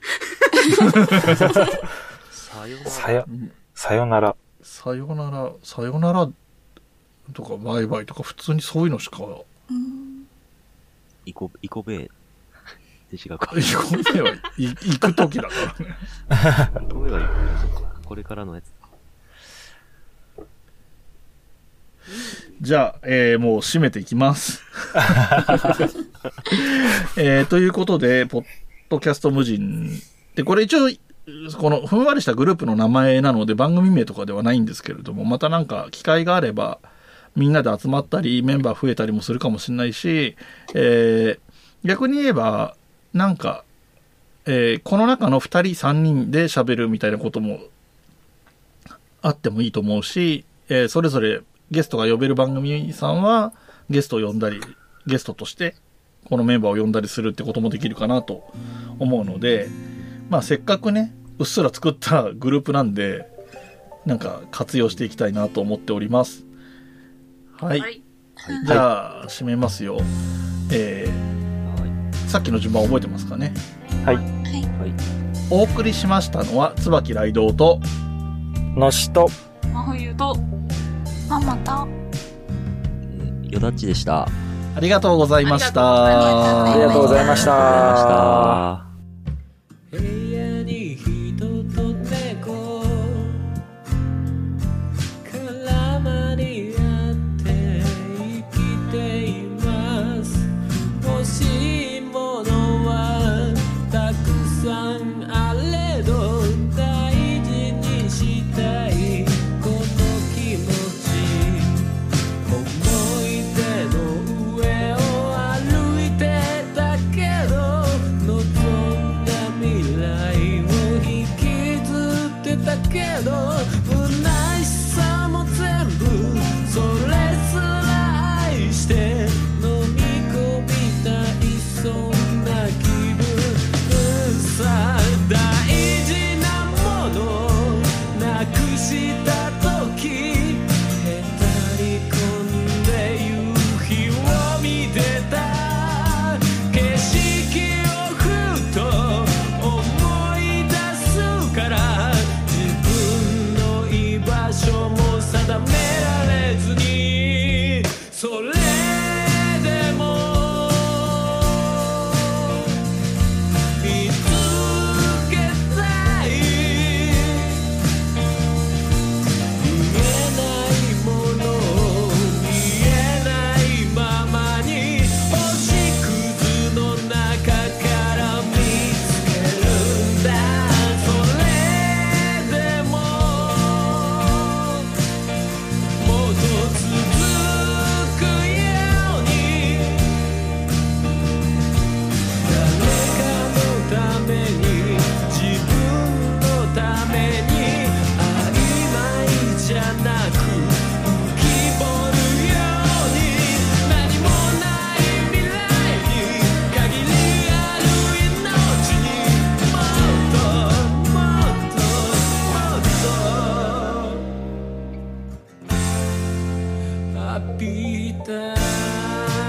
さよなら。 さよ、さよなら。 さよなら、さよならとかバイバイとか普通にそういうのしか。 イコ、イコベーって違うか。 イコベーは行くときだからね。 イコベーはイコベー、そっか。これからのやつ。 じゃあ、えー、もう締めていきます。えー、ということで、ポッドキャスト無人。で、これ一応、このふんわりしたグループの名前なので番組名とかではないんですけれども、またなんか機会があれば、みんなで集まったり、メンバー増えたりもするかもしれないし、えー、逆に言えば、なんか、えー、この中のふたり、さんにんで喋るみたいなこともあってもいいと思うし、えー、それぞれゲストが呼べる番組さんはゲストを呼んだり、ゲストとしてこのメンバーを呼んだりするってこともできるかなと思うので、まあせっかくね、うっすら作ったグループなんで、なんか活用していきたいなと思っております。はい。はい、じゃあ、締めますよ。えー、はい、さっきの順番覚えてますかね。 はい。 はい。 お送りしましたのは、椿雷道と、 のしと、 真冬と、 ママと、 よだっちでした。 ありがとうございました。 ありがとうございました。 ありがとうございました。 部屋に人と猫絡まり合って生きています。欲しいものはたくさんあれど大事にしたいこの気持ち、思い出の上を歩いてたけど望んだ未来を引きずってたけど虚しさも全部それすら愛して飲み込みたいそんな気分さ、大事なものなくした時へたり込んで夕日を見てた景色をふと思い出すから自分の居場所も定められずにそれでも見つけたい見えないものを見えないままに星屑の中から見つけるんだそれでももっと続くように誰かのために自分のために曖昧じゃなく浮き彫るように何もない未来に限りある命にもっともっともっと浴びたい